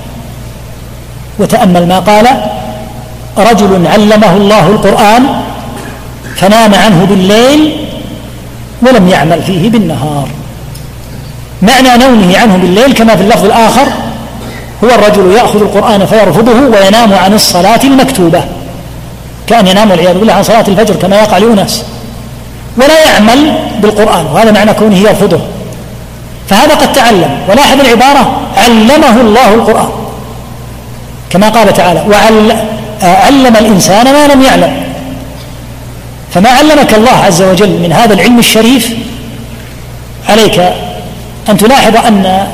وتأمل ما قال: رجل علمه الله القرآن فنام عنه بالليل ولم يعمل فيه بالنهار. معنى نومه عنه بالليل كما في اللفظ الآخر هو الرجل يأخذ القرآن فيرفضه وينام عن الصلاة المكتوبة، كأن ينام والعياذ بالله عن صلاة الفجر كما يقع لأناس، ولا يعمل بالقرآن، وهذا معنى كونه يرفضه. فهذا قد تعلم، ولاحظ العبارة: علمه الله القرآن، كما قال تعالى: وعلم الإنسان ما لم يعلم. فما علمك الله عز وجل من هذا العلم الشريف عليك أن تلاحظ أن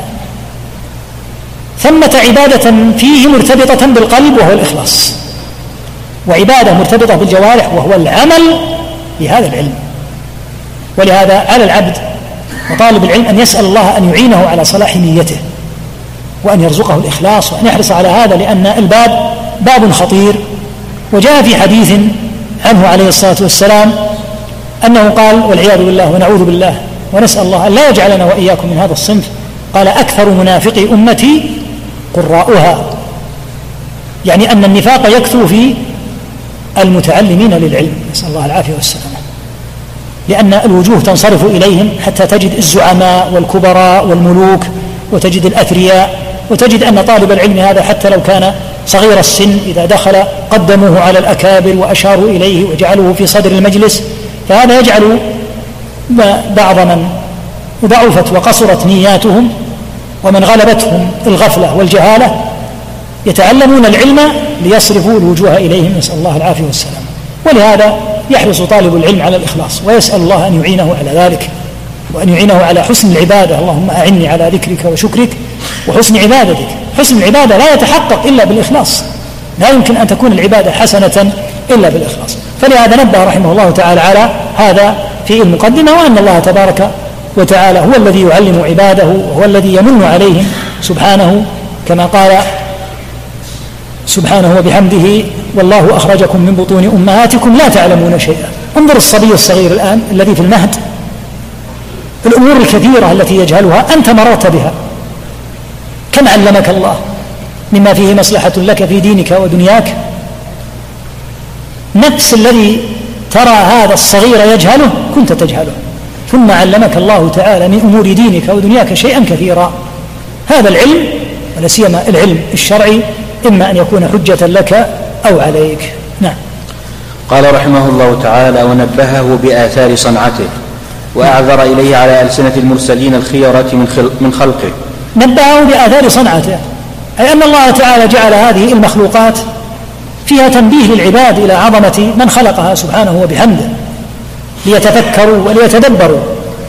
ثمة عبادة فيه مرتبطة بالقلب وهو الإخلاص، وعبادة مرتبطة بالجوارح وهو العمل بهذا العلم. ولهذا على العبد وطالب العلم أن يسأل الله أن يعينه على صلاح نيته، وأن يرزقه الإخلاص، وأن يحرص على هذا، لأن الباب باب خطير. وجاء في حديث عنه عليه الصلاة والسلام أنه قال والعياذ بالله ونعوذ بالله ونسأل الله أن لا يجعلنا وإياكم من هذا الصنف، قال: أكثر منافقي أمتي قراؤها، يعني أن النفاق يكثر في المتعلمين للعلم، نسأل الله العافية والسلامة، لأن الوجوه تنصرف إليهم حتى تجد الزعماء والكبراء والملوك، وتجد الأثرياء، وتجد أن طالب العلم هذا حتى لو كان صغير السن إذا دخل قدموه على الأكابر وأشاروا إليه وجعلوه في صدر المجلس، فهذا يجعل بعض من ضعفت وقصرت نياتهم ومن غلبتهم الغفلة والجهالة يتعلمون العلم ليصرفوا الوجوه إليهم، نسأل الله العافية والسلام. ولهذا يحرص طالب العلم على الإخلاص، ويسأل الله أن يعينه على ذلك، وأن يعينه على حسن العبادة. اللهم أعني على ذكرك وشكرك وحسن عبادتك. حسن العبادة لا يتحقق إلا بالإخلاص، لا يمكن أن تكون العبادة حسنة إلا بالإخلاص. فلهذا نبه رحمه الله تعالى على هذا في المقدمة، وأن الله تبارك وتعالى هو الذي يعلم عباده، وهو الذي يمن عليهم سبحانه، كما قال سبحانه وبحمده: والله أخرجكم من بطون أمهاتكم لا تعلمون شيئا. انظر الصبي الصغير الآن الذي في المهد، الأمور الكثيرة التي يجهلها أنت مررت بها، كم علمك الله مما فيه مصلحة لك في دينك ودنياك. نفس الذي ترى هذا الصغير يجهله كنت تجهله، ثم علمك الله تعالى من أمور دينك ودنياك شيئا كثيرا. هذا العلم ولا سيما العلم الشرعي، إما أن يكون حجة لك أو عليك. نعم. قال رحمه الله تعالى: ونبهه بآثار صنعته وأعذر إليه على ألسنة المرسلين الخيرة من خلقه. نبهه بآثار صنعته، أي أن الله تعالى جعل هذه المخلوقات فيها تنبيه للعباد إلى عظمة من خلقها سبحانه وبحمده، ليتفكروا وليتدبروا،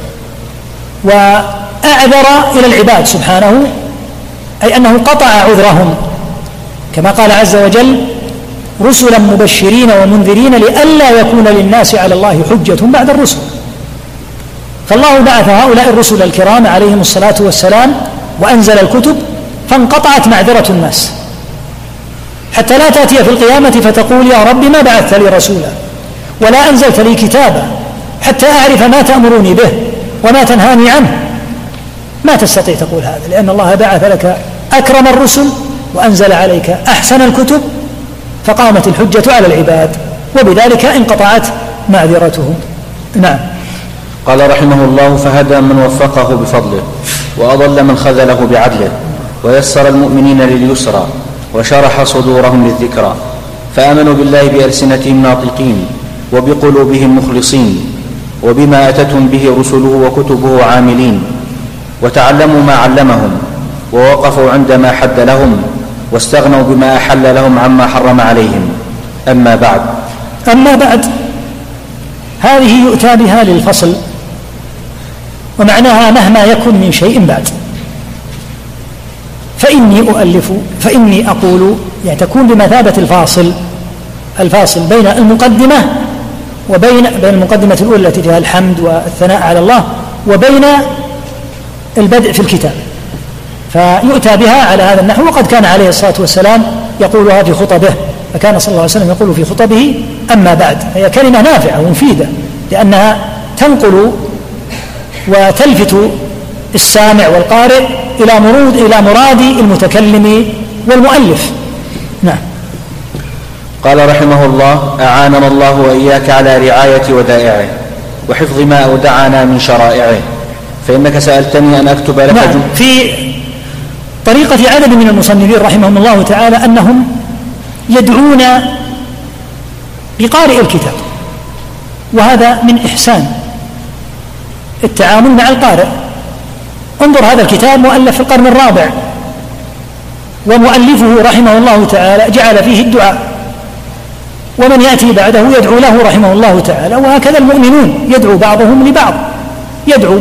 وأعذر إلى العباد سبحانه، أي أنه قطع عذرهم كما قال عز وجل: رسلا مبشرين ومنذرين لئلا يكون للناس على الله حجة بعد الرسل. فالله بعث هؤلاء الرسل الكرام عليهم الصلاة والسلام وأنزل الكتب، فانقطعت معذرة الناس، حتى لا تأتي في القيامة فتقول: يا رب ما بعثت لي رسولا ولا أنزلت لي كتابا حتى أعرف ما تأمرني به وما تنهاني عنه. ما تستطيع تقول هذا، لأن الله بعث لك أكرم الرسل وأنزل عليك أحسن الكتب، فقامت الحجة على العباد، وبذلك انقطعت معذرتهم. نعم. قال رحمه الله: فهدى من وفقه بفضله، وأضل من خذله بعدله، ويسر المؤمنين لليسرى، وشرح صدورهم للذكرى، فآمنوا بالله بألسنتهم ناطقين، وبقلوبهم مخلصين، وبما أتتهم به رسله وكتبه عاملين، وتعلموا ما علمهم، ووقفوا عندما حد لهم، واستغنوا بما أحل لهم عما حرم عليهم. أما بعد، هذه يؤتى بها للفصل، ومعناها مهما يكن من شيء بعد. فإني أقول، يعني تكون بمثابة الفاصل بين المقدمة وبين المقدمة الأولى التي فيها الحمد والثناء على الله، وبين البدء في الكتاب، فيؤتى بها على هذا النحو. وقد كان عليه الصلاة والسلام يقولها في خطبه، فكان صلى الله عليه وسلم يقول في خطبه: أما بعد. هي كلمة نافعة ومفيدة، لأنها تنقل وتلفت السامع والقارئ إلى مراد المتكلم والمؤلف. نعم. قال رحمه الله: أعاننا الله وإياك على رعاية ودائعه وحفظ ما أودعنا من شرائعه، فإنك سألتني أن أكتب لك. نعم. في طريقة عدد من المصنفين رحمهم الله تعالى أنهم يدعون بقارئ الكتاب، وهذا من إحسان التعامل مع القارئ. انظر، هذا الكتاب مؤلف في القرن الرابع، ومؤلفه رحمه الله تعالى جعل فيه الدعاء، ومن يأتي بعده يدعو له رحمه الله تعالى، وهكذا المؤمنون يدعو بعضهم لبعض، يدعو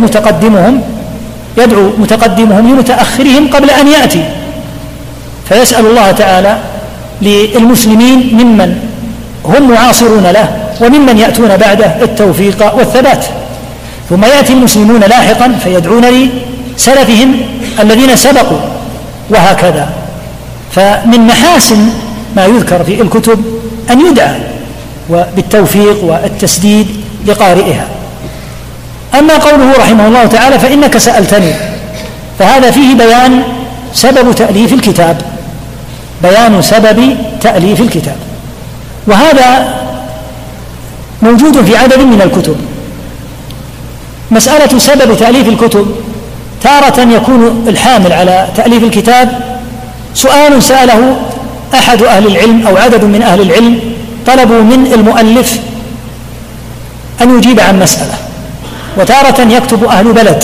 متقدمهم لمتأخرهم قبل أن يأتي، فيسأل الله تعالى للمسلمين ممن هم معاصرون له وممن يأتون بعده التوفيق والثبات، ثم يأتي المسلمون لاحقا فيدعون لسلفهم الذين سبقوا، وهكذا. فمن محاسن ما يذكر في الكتب أن يدعى بالتوفيق والتسديد لقارئها. أما قوله رحمه الله تعالى: فإنك سألتني، فهذا فيه بيان سبب تأليف الكتاب، وهذا موجود في عدد من الكتب. مسألة سبب تأليف الكتب، تارة يكون الحامل على تأليف الكتاب سؤال سأله أحد أهل العلم أو عدد من أهل العلم، طلبوا من المؤلف أن يجيب عن مسألة، وتارة يكتب أهل بلد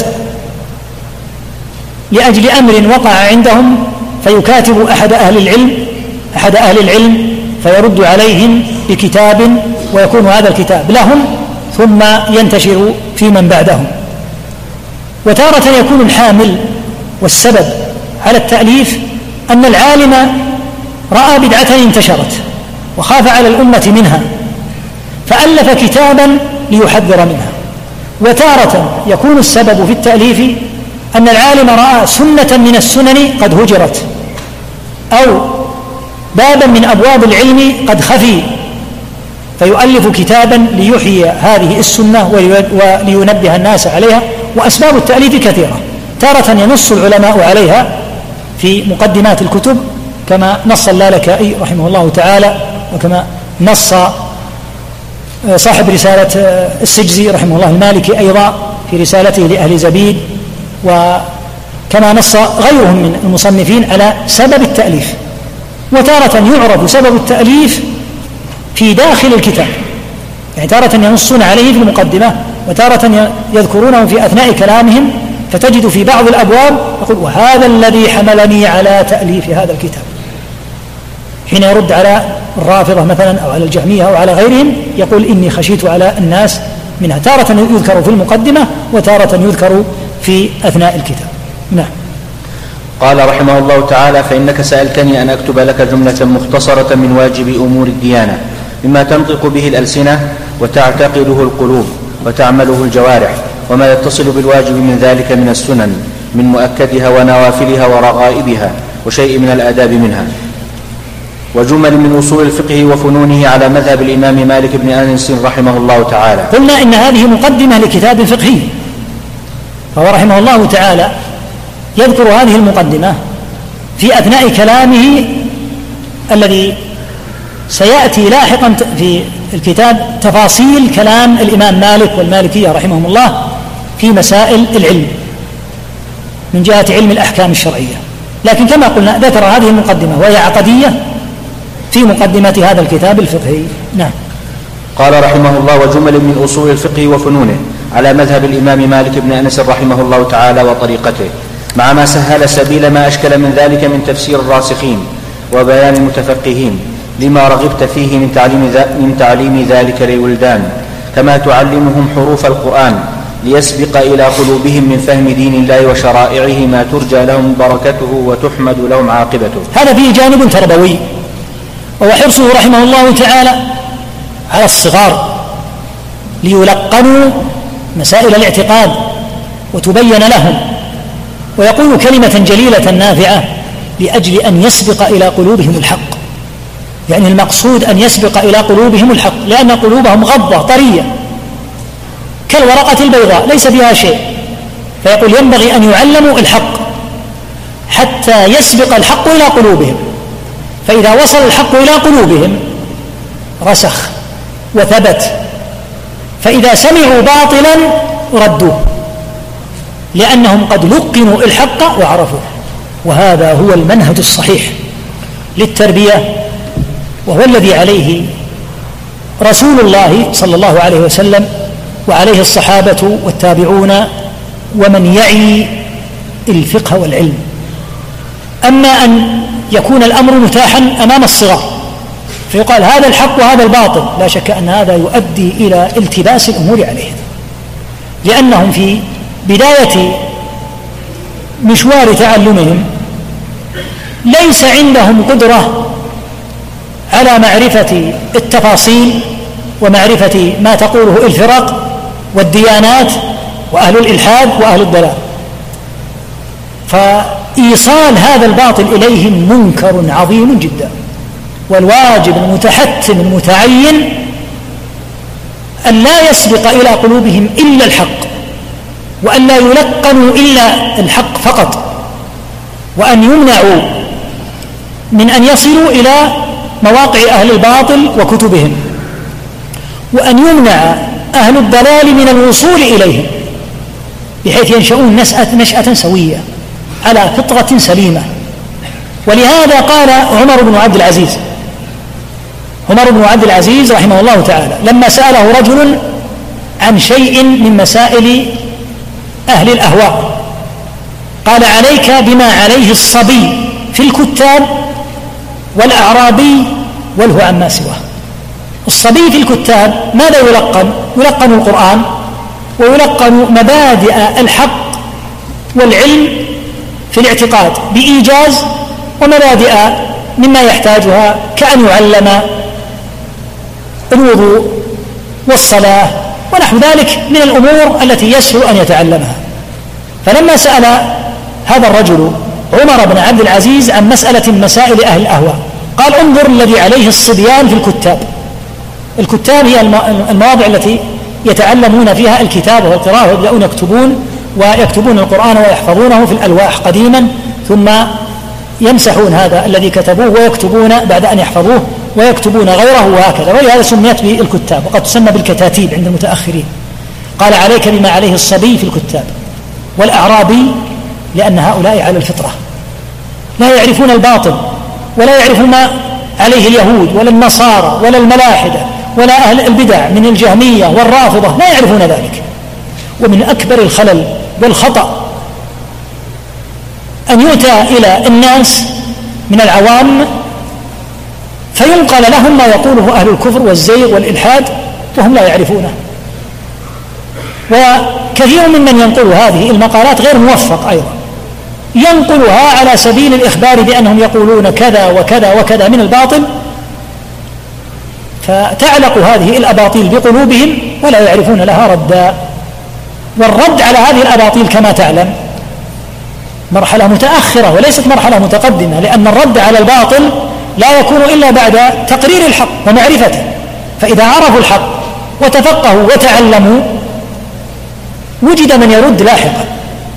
لأجل أمر وقع عندهم، فيكاتب أحد أهل العلم فيرد عليهم بكتاب، ويكون هذا الكتاب لهم ثم ينتشر في من بعدهم. وتارة يكون الحامل والسبب على التأليف أن العالم رأى بدعة انتشرت وخاف على الأمة منها فألف كتابا ليحذر منها. وتارة يكون السبب في التأليف أن العالم رأى سنة من السنن قد هجرت، أو بابا من أبواب العلم قد خفي، فيؤلف كتابا ليحيي هذه السنة ولينبه الناس عليها. وأسباب التأليف كثيرة، تارة ينص العلماء عليها في مقدمات الكتب كما نص اللالكائي رحمه الله تعالى، وكما نص صاحب رسالة السجزي رحمه الله المالكي أيضا في رسالته لأهل زبيد، كما نص غيرهم من المصنفين على سبب التأليف. وتارة يعرف سبب التأليف في داخل الكتاب، يعني تارة ينصون عليه في المقدمة، وتارة يذكرونه في أثناء كلامهم، فتجد في بعض الأبواب يقول وهذا الذي حملني على تأليف هذا الكتاب، حين يرد على الرافضة مثلا أو على الجهمية أو على غيرهم يقول إني خشيت على الناس منها. تارة يذكر في المقدمة وتارة يذكر في أثناء الكتاب. نعم. قال رحمه الله تعالى: فإنك سألتني أن أكتب لك جملة مختصرة من واجب أمور الديانة مما تنطق به الألسنة وتعتقده القلوب وتعمله الجوارح، وما يتصل بالواجب من ذلك من السنن من مؤكدها ونوافلها ورغائبها وشيء من الآداب منها، وجمل من أصول الفقه وفنونه على مذهب الإمام مالك بن أنس رحمه الله تعالى. قلنا إن هذه مقدمة لكتاب فقهي، فهو رحمه الله تعالى يذكر هذه المقدمة في أثناء كلامه الذي سيأتي لاحقا في الكتاب تفاصيل كلام الإمام مالك والمالكية رحمهم الله في مسائل العلم من جهة علم الأحكام الشرعية. لكن كما قلنا ذكر هذه المقدمة وهي عقدية في مقدمة هذا الكتاب الفقهي. نعم. قال رحمه الله: وجمل من أصول الفقه وفنونه على مذهب الإمام مالك بن أنس رحمه الله تعالى وطريقته، مع ما سهل سبيل ما أشكل من ذلك من تفسير الراسخين وبيان المتفقهين لما رغبت فيه من تعليم ذلك للولدان، كما تعلمهم حروف القرآن ليسبق إلى قلوبهم من فهم دين الله وشرائعه ما ترجى لهم بركته وتحمد لهم عاقبته. هذا فيه جانب تربوي، وهو حرصه رحمه الله تعالى على الصغار ليلقنوا مسائل الاعتقاد وتبين لهم، ويقول كلمة جليلة نافعة لأجل أن يسبق إلى قلوبهم الحق، يعني المقصود أن يسبق إلى قلوبهم الحق، لأن قلوبهم غضة طرية كالورقة البيضاء ليس فيها شيء، فيقول ينبغي أن يعلموا الحق حتى يسبق الحق إلى قلوبهم، فإذا وصل الحق إلى قلوبهم رسخ وثبت، فإذا سمعوا باطلا ردوه لأنهم قد لقنوا الحق وعرفوه. وهذا هو المنهج الصحيح للتربية، وهو الذي عليه رسول الله صلى الله عليه وسلم وعليه الصحابة والتابعون ومن يعي الفقه والعلم. أما أن يكون الأمر متاحا أمام الصغار فيقال هذا الحق وهذا الباطل، لا شك أن هذا يؤدي إلى التباس الأمور عليهم، لأنهم في بداية مشوار تعلمهم ليس عندهم قدرة على معرفة التفاصيل ومعرفة ما تقوله الفرق والديانات وأهل الإلحاد وأهل الضلال، فإيصال هذا الباطل إليهم منكر عظيم جدا، والواجب المتحتم المتعين أن لا يسبق إلى قلوبهم إلا الحق، وأن لا يلقنوا إلا الحق فقط، وأن يمنعوا من أن يصلوا إلى مواقع أهل الباطل وكتبهم، وأن يمنع أهل الضلال من الوصول إليهم، بحيث ينشؤون نشأة سوية على فطرة سليمة. ولهذا قال عمر بن عبد العزيز رحمه الله تعالى لما سأله رجل عن شيء من مسائل أهل الأهواء قال: عليك بما عليه الصبي في الكتاب والأعرابي والهو عما سواه. الصبي في الكتاب ماذا يلقن؟ يلقن القرآن ويلقن مبادئ الحق والعلم في الاعتقاد بإيجاز، ومبادئ مما يحتاجها كأن يعلم الوضوء والصلاة ونحو ذلك من الأمور التي يسهل أن يتعلمها. فلما سأل هذا الرجل عمر بن عبد العزيز عن مسألة مسائل أهل الأهواء قال: انظر الذي عليه الصبيان في الكتاب. الكتاب هي المواضع التي يتعلمون فيها الكتابة والقراءة ويبدأون ويكتبون القرآن ويحفظونه في الألواح قديما، ثم يمسحون هذا الذي كتبوه ويكتبون بعد أن يحفظوه ويكتبون غيره وهكذا، ولهذا سميت بالكتاب، وقد تسمى بالكتاتيب عند المتأخرين. قال: عليك بما عليه الصبي في الكتاب والأعرابي لأن هؤلاء على الفطرة، لا يعرفون الباطل ولا يعرفون ما عليه اليهود ولا النصارى ولا الملاحدة ولا أهل البدع من الجهمية والرافضة، لا يعرفون ذلك. ومن أكبر الخلل والخطأ أن يؤتى إلى الناس من العوام فينقل لهم ما يقوله أهل الكفر والزيغ والإلحاد وهم لا يعرفونه. وكثير ممن ينقل هذه المقالات غير موفق أيضا، ينقلها على سبيل الإخبار بأنهم يقولون كذا وكذا وكذا من الباطل، فتعلق هذه الأباطيل بقلوبهم ولا يعرفون لها ردا. والرد على هذه الأباطيل كما تعلم مرحلة متأخرة وليست مرحلة متقدمة، لأن الرد على الباطل لا يكون إلا بعد تقرير الحق ومعرفته. فإذا عرفوا الحق وتفقهوا وتعلموا وجد من يرد لاحقا.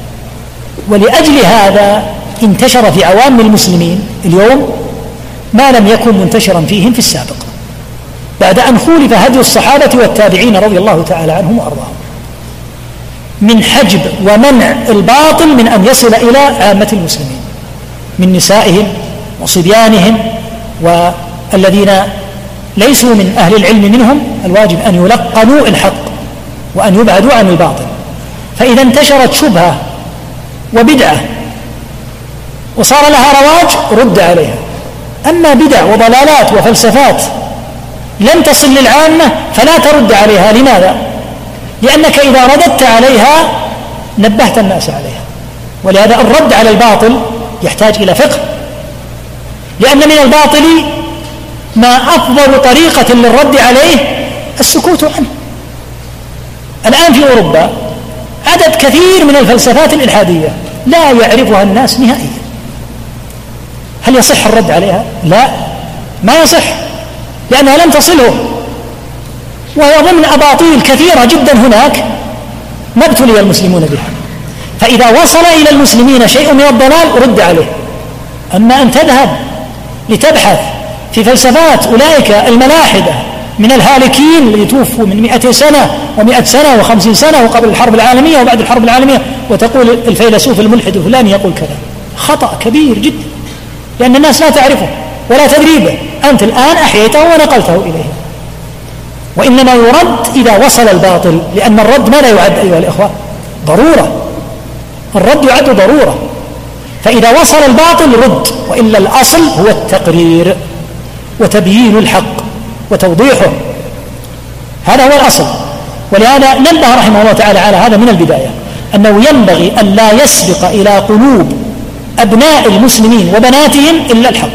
ولأجل هذا انتشر في عوام المسلمين اليوم ما لم يكن منتشرا فيهم في السابق، بعد أن خولف هدي الصحابة والتابعين رضي الله تعالى عنهم وأرضاهم من حجب ومنع الباطل من أن يصل إلى عامة المسلمين من نسائهم وصبيانهم والذين ليسوا من أهل العلم منهم. الواجب أن يلقنوا الحق وأن يبعدوا عن الباطل. فإذا انتشرت شبهة وبدعة وصار لها رواج رد عليها. أما بدع وضلالات وفلسفات لم تصل للعامة فلا ترد عليها. لماذا؟ لأنك إذا رددت عليها نبهت الناس عليها. ولهذا الرد على الباطل يحتاج إلى فقه، لأن من الباطل ما أفضل طريقة للرد عليه السكوت عنه. الآن في أوروبا عدد كثير من الفلسفات الإلحادية لا يعرفها الناس نهائيا. هل يصح الرد عليها؟ لا، ما يصح، لأنها لم تصلهم، وهي ضمن أباطيل كثيرة جدا هناك ما ابتلي المسلمون بها. فإذا وصل إلى المسلمين شيء من الضلال رد عليه. أما أن تذهب لتبحث في فلسفات أولئك الملاحدة من الهالكين اللي توفوا من 200 سنة و100 سنة و50 سنة وقبل الحرب العالمية وبعد الحرب العالمية وتقول الفيلسوف الملحد فلان يقول كذا، خطأ كبير جدا، لأن الناس لا تعرفه ولا تدري به. أنت الآن أحييته ونقلته إليه. وإنما يرد إذا وصل الباطل، لأن الرد ماذا يعد أيها الإخوة؟ ضرورة. الرد يعد ضرورة. فإذا وصل الباطل رد، وإلا الأصل هو التقرير وتبيين الحق وتوضيحه. هذا هو الأصل. ولهذا نبه رحمه الله تعالى على هذا من البداية، أنه ينبغي أن لا يسبق إلى قلوب أبناء المسلمين وبناتهم إلا الحق،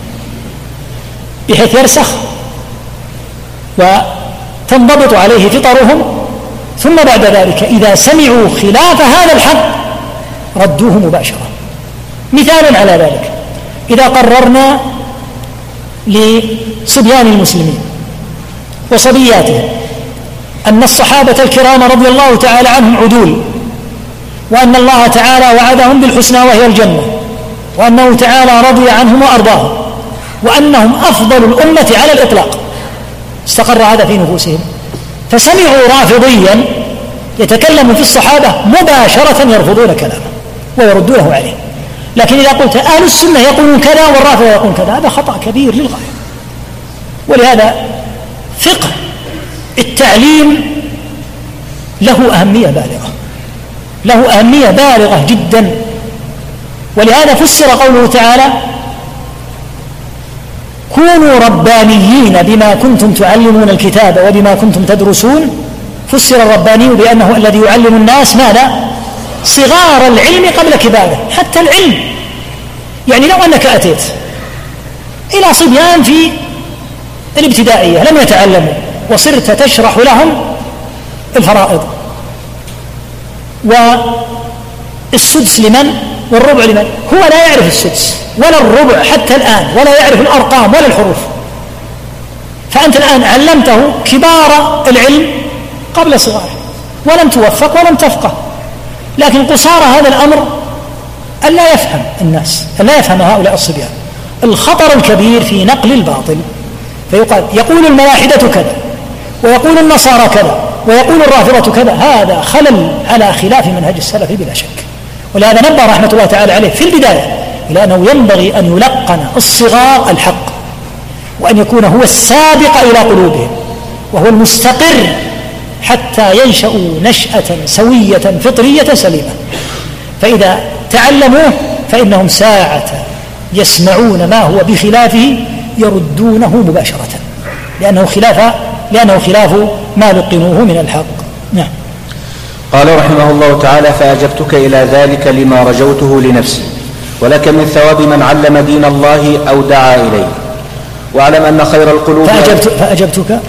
بحيث يرسخ وتنضبط عليه فطرهم، ثم بعد ذلك إذا سمعوا خلاف هذا الحق ردوه مباشرة. مثال على ذلك: إذا قررنا لصبيان المسلمين وصبياتهم أن الصحابة الكرام رضي الله تعالى عنهم عدول، وأن الله تعالى وعدهم بالحسنى وهي الجنة، وأنه تعالى رضي عنهم وأرضاهم، وأنهم أفضل الأمة على الإطلاق، استقر هذا في نفوسهم، فسمعوا رافضيا يتكلم في الصحابة مباشرة يرفضون كلامه ويردونه عليه. لكن إذا قلت أهل السنة يقولون كذا والرافضة يقولون كذا، هذا خطأ كبير للغاية. ولهذا فقه التعليم له أهمية بالغة، له أهمية بالغة جدا. ولهذا فسر قوله تعالى: كونوا ربانيين بما كنتم تعلمون الكتاب وبما كنتم تدرسون. فسر الرباني بأنه الذي يعلم الناس ماذا؟ صغار العلم قبل كباره. حتى العلم، يعني لو أنك أتيت إلى صبيان في الابتدائية لم يتعلموا وصرت تشرح لهم الفرائض والسدس لمن والربع لمن، هو لا يعرف السدس ولا الربع حتى الآن، ولا يعرف الأرقام ولا الحروف. فأنت الآن علمته كبار العلم قبل صغاره، ولم توفق ولم تفقه. لكن قصار هذا الأمر أن لا يفهم الناس، أن لا يفهم هؤلاء الصبيان الخطر الكبير في نقل الباطل. فيقال يقول الملاحدة كذا، ويقول النصارى كذا، ويقول الرافضة كذا. هذا خلل على خلاف منهج السلف بلا شك. ولهذا نبه رحمة الله تعالى عليه في البداية إلى أنه ينبغي أن يلقن الصغار الحق، وأن يكون هو السابق إلى قلوبهم وهو المستقر حتى ينشأوا نشأة سوية فطرية سليمة. فإذا تعلموه فإنهم ساعة يسمعون ما هو بخلافه يردونه مباشرة، لأنه خلاف ما لقنوه من الحق. نعم. قال رحمه الله تعالى: فأجبتك إلى ذلك لما رجوته لنفسي، ولك من ثواب من علم دين الله أو دعا إليه. واعلم أن خير القلوب فأجبتك.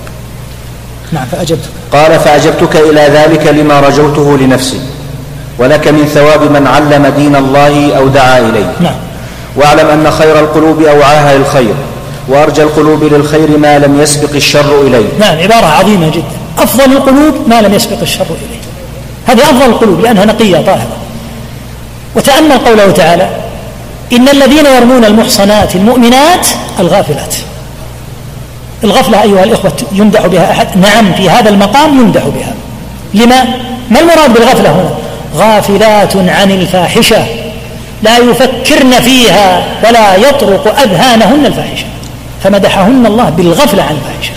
نعم. فأجبتك. قال: فأجبتك إلى ذلك لما رجوته لنفسي، ولك من ثواب من علم دين الله أو دعا إليه. نعم. واعلم أن خير القلوب أوعاها للخير، وأرجى القلوب للخير ما لم يسبق الشر إليه. نعم، عبارة عظيمة جدا. أفضل القلوب ما لم يسبق الشر إليه، هذه أفضل القلوب لأنها نقية طاهرة. وتأمل قوله تعالى: إن الذين يرمون المحصنات المؤمنات الغافلات. الغفلة أيها الإخوة يمدح بها أحد؟ نعم، في هذا المقام يمدح بها. لما؟ ما المراد بالغفلة هنا؟ غافلات عن الفاحشة، لا يفكرن فيها ولا يطرق أذهانهن الفاحشة، فمدحهن الله بالغفلة عن الفاحشة.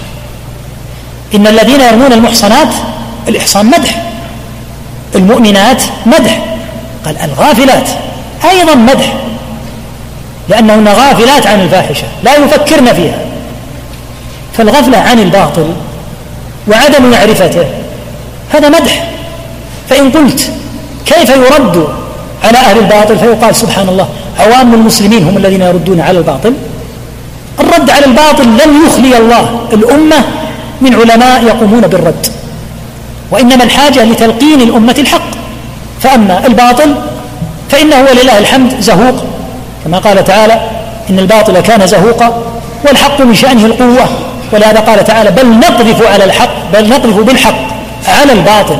إن الذين يرمون المحصنات، الإحصان مدح، المؤمنات مدح، قال الغافلات أيضا مدح، لأنهن غافلات عن الفاحشة لا يفكرن فيها. فالغفلة عن الباطل وعدم معرفته هذا مدح. فإن قلت كيف يرد على أهل الباطل؟ فيقال سبحان الله عوام المسلمين هم الذين يردون على الباطل. الرد على الباطل لم يخلي الله الأمة من علماء يقومون بالرد، وإنما الحاجة لتلقين الأمة الحق. فأما الباطل فإنه ولله الحمد زهوق، كما قال تعالى: إن الباطل كان زهوقا والحق من شأنه القوة. ولهذا قال تعالى: بل نقذف بالحق على الباطل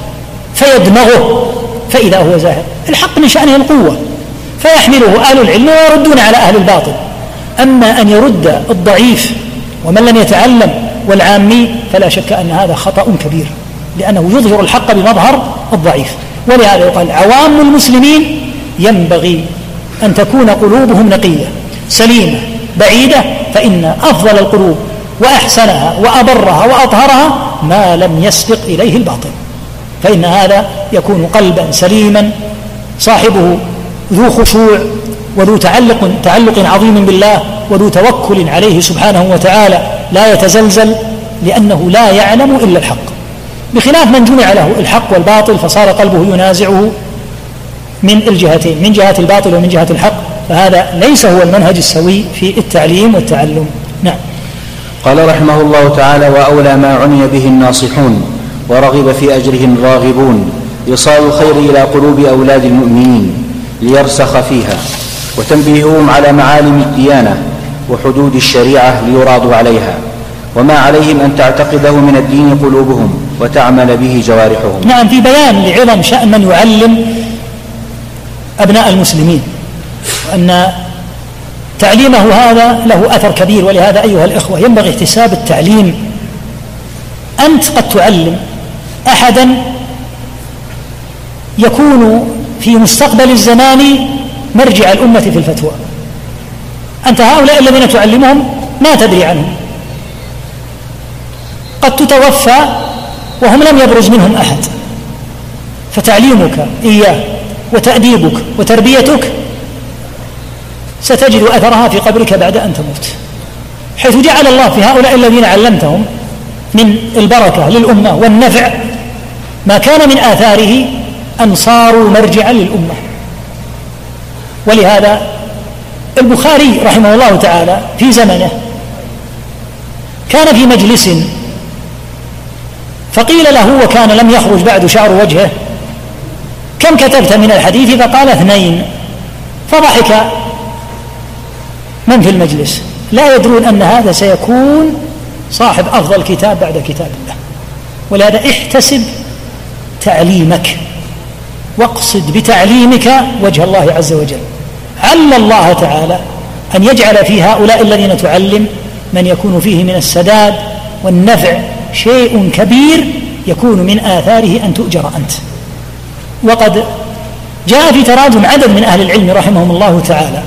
فيدمغه فإذا هو زاهق. الحق من شأنه القوة فيحمله أهل العلم ويردون على أهل الباطل. أما أن يرد الضعيف ومن لم يتعلم والعامي فلا شك أن هذا خطأ كبير، لأنه يظهر الحق بمظهر الضعيف. ولهذا يقال عوام المسلمين ينبغي أن تكون قلوبهم نقية سليمة بعيدة، فإن أفضل القلوب وأحسنها وأبرها وأطهرها ما لم يسبق إليه الباطل، فإن هذا يكون قلبا سليما صاحبه ذو خشوع وذو تعلق عظيم بالله وذو توكل عليه سبحانه وتعالى، لا يتزلزل لأنه لا يعلم إلا الحق، بخلاف من جمع له الحق والباطل فصار قلبه ينازعه من الجهتين، من جهة الباطل ومن جهة الحق، فهذا ليس هو المنهج السوي في التعليم والتعلم. نعم. قال رحمه الله تعالى: وأولى ما عني به الناصحون ورغب في أجرهم الراغبون إيصال الخير إلى قلوب أولاد المؤمنين ليرسخ فيها، وتنبيههم على معالم الديانة وحدود الشريعة ليراضوا عليها، وما عليهم أن تعتقده من الدين قلوبهم وتعمل به جوارحهم. نعم، في بيان لعظم شأن من يعلم أبناء المسلمين، وأن تعليمه هذا له أثر كبير. ولهذا أيها الإخوة ينبغي احتساب التعليم. أنت قد تعلم أحدا يكون في مستقبل الزمان مرجع الأمة في الفتوى، أنت هؤلاء الذين تعلمهم ما تدري عنهم، قد تتوفى وهم لم يبرز منهم أحد، فتعليمك إياه وتأديبك وتربيتك ستجد أثرها في قبرك بعد أن تموت، حيث جعل الله في هؤلاء الذين علمتهم من البركة للأمة والنفع ما كان من آثاره أن صاروا مرجعا للأمة. ولهذا البخاري رحمه الله تعالى في زمنه كان في مجلس فقيل له وكان لم يخرج بعد شعر وجهه: كم كتبت من الحديث؟ فقال 2. فضحك من في المجلس، لا يدرون أن هذا سيكون صاحب أفضل كتاب بعد كتاب الله. ولهذا احتسب تعليمك واقصد بتعليمك وجه الله عز وجل. عل الله تعالى أن يجعل في هؤلاء الذين تعلم من يكون فيه من السداد والنفع شيء كبير يكون من آثاره أن تؤجر أنت. وقد جاء في تراجم عدد من أهل العلم رحمهم الله تعالى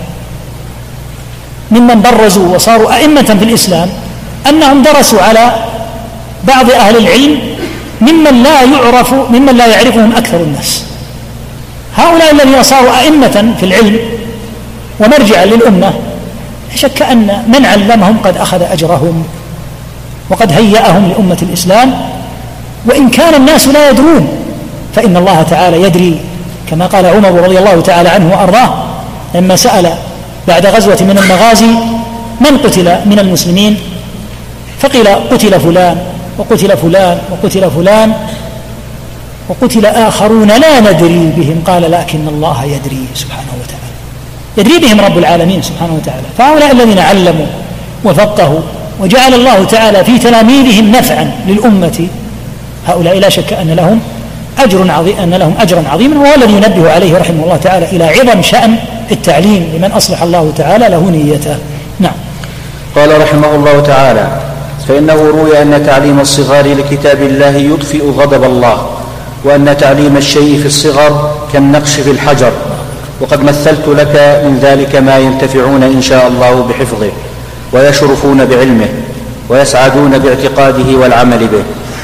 ممن برزوا وصاروا أئمة في الإسلام أنهم درسوا على بعض أهل العلم ممن لا يعرفهم أكثر الناس. هؤلاء الذين صاروا أئمة في العلم ومرجعا للأمة لا شك أن من علمهم قد أخذ أجرهم وقد هيأهم لأمة الإسلام، وإن كان الناس لا يدرون فإن الله تعالى يدري، كما قال عمر رضي الله تعالى عنه وأرضاه لما سأل بعد غزوة من المغازي من قتل من المسلمين، فقيل قتل فلان وقتل فلان وقتل فلان وقتل آخرون لا ندري بهم، قال لكن الله يدري سبحانه وتعالى، يدري بهم رب العالمين سبحانه وتعالى. فهؤلاء الذين علموا وفقهوا وجعل الله تعالى في تلاميذهم نفعا للأمة، هؤلاء لا شك أن لهم أجرا عظيما، وهو الذي ينبه عليه رحمه الله تعالى إلى عظم شأن التعليم لمن أصلح الله تعالى له نيته. نعم. قال رحمه الله تعالى: فإنه روي أن تعليم الصغار لكتاب الله يطفئ غضب الله، وأن تعليم الشيء في الصغر كالنقش في الحجر، وقد مثلت لك من ذلك ما ينتفعون إن شاء الله بحفظه ويشرفون بعلمه ويسعدون باعتقاده والعمل به.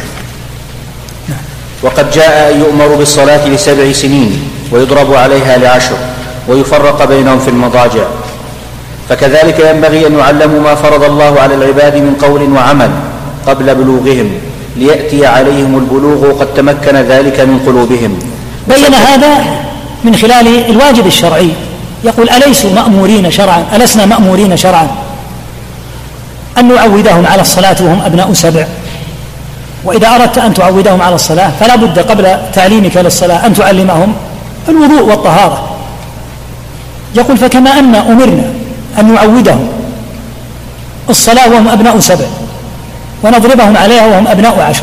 وقد جاء أن يؤمر بالصلاة ل7 سنين ويضرب عليها ل10 ويفرق بينهم في المضاجع، فكذلك ينبغي أن يعلموا ما فرض الله على العباد من قول وعمل قبل بلوغهم ليأتي عليهم البلوغ وقد تمكن ذلك من قلوبهم. بين هذا من خلال الواجب الشرعي، يقول: ألسنا مأمورين شرعا أن نعودهم على الصلاة وهم أبناء 7؟ وإذا أردت أن تعودهم على الصلاة فلا بد قبل تعليمك للصلاة أن تعلمهم الوضوء والطهارة. يقول: فكما أن أمرنا أن نعودهم الصلاة وهم أبناء 7 ونضربهم عليها وهم أبناء 10،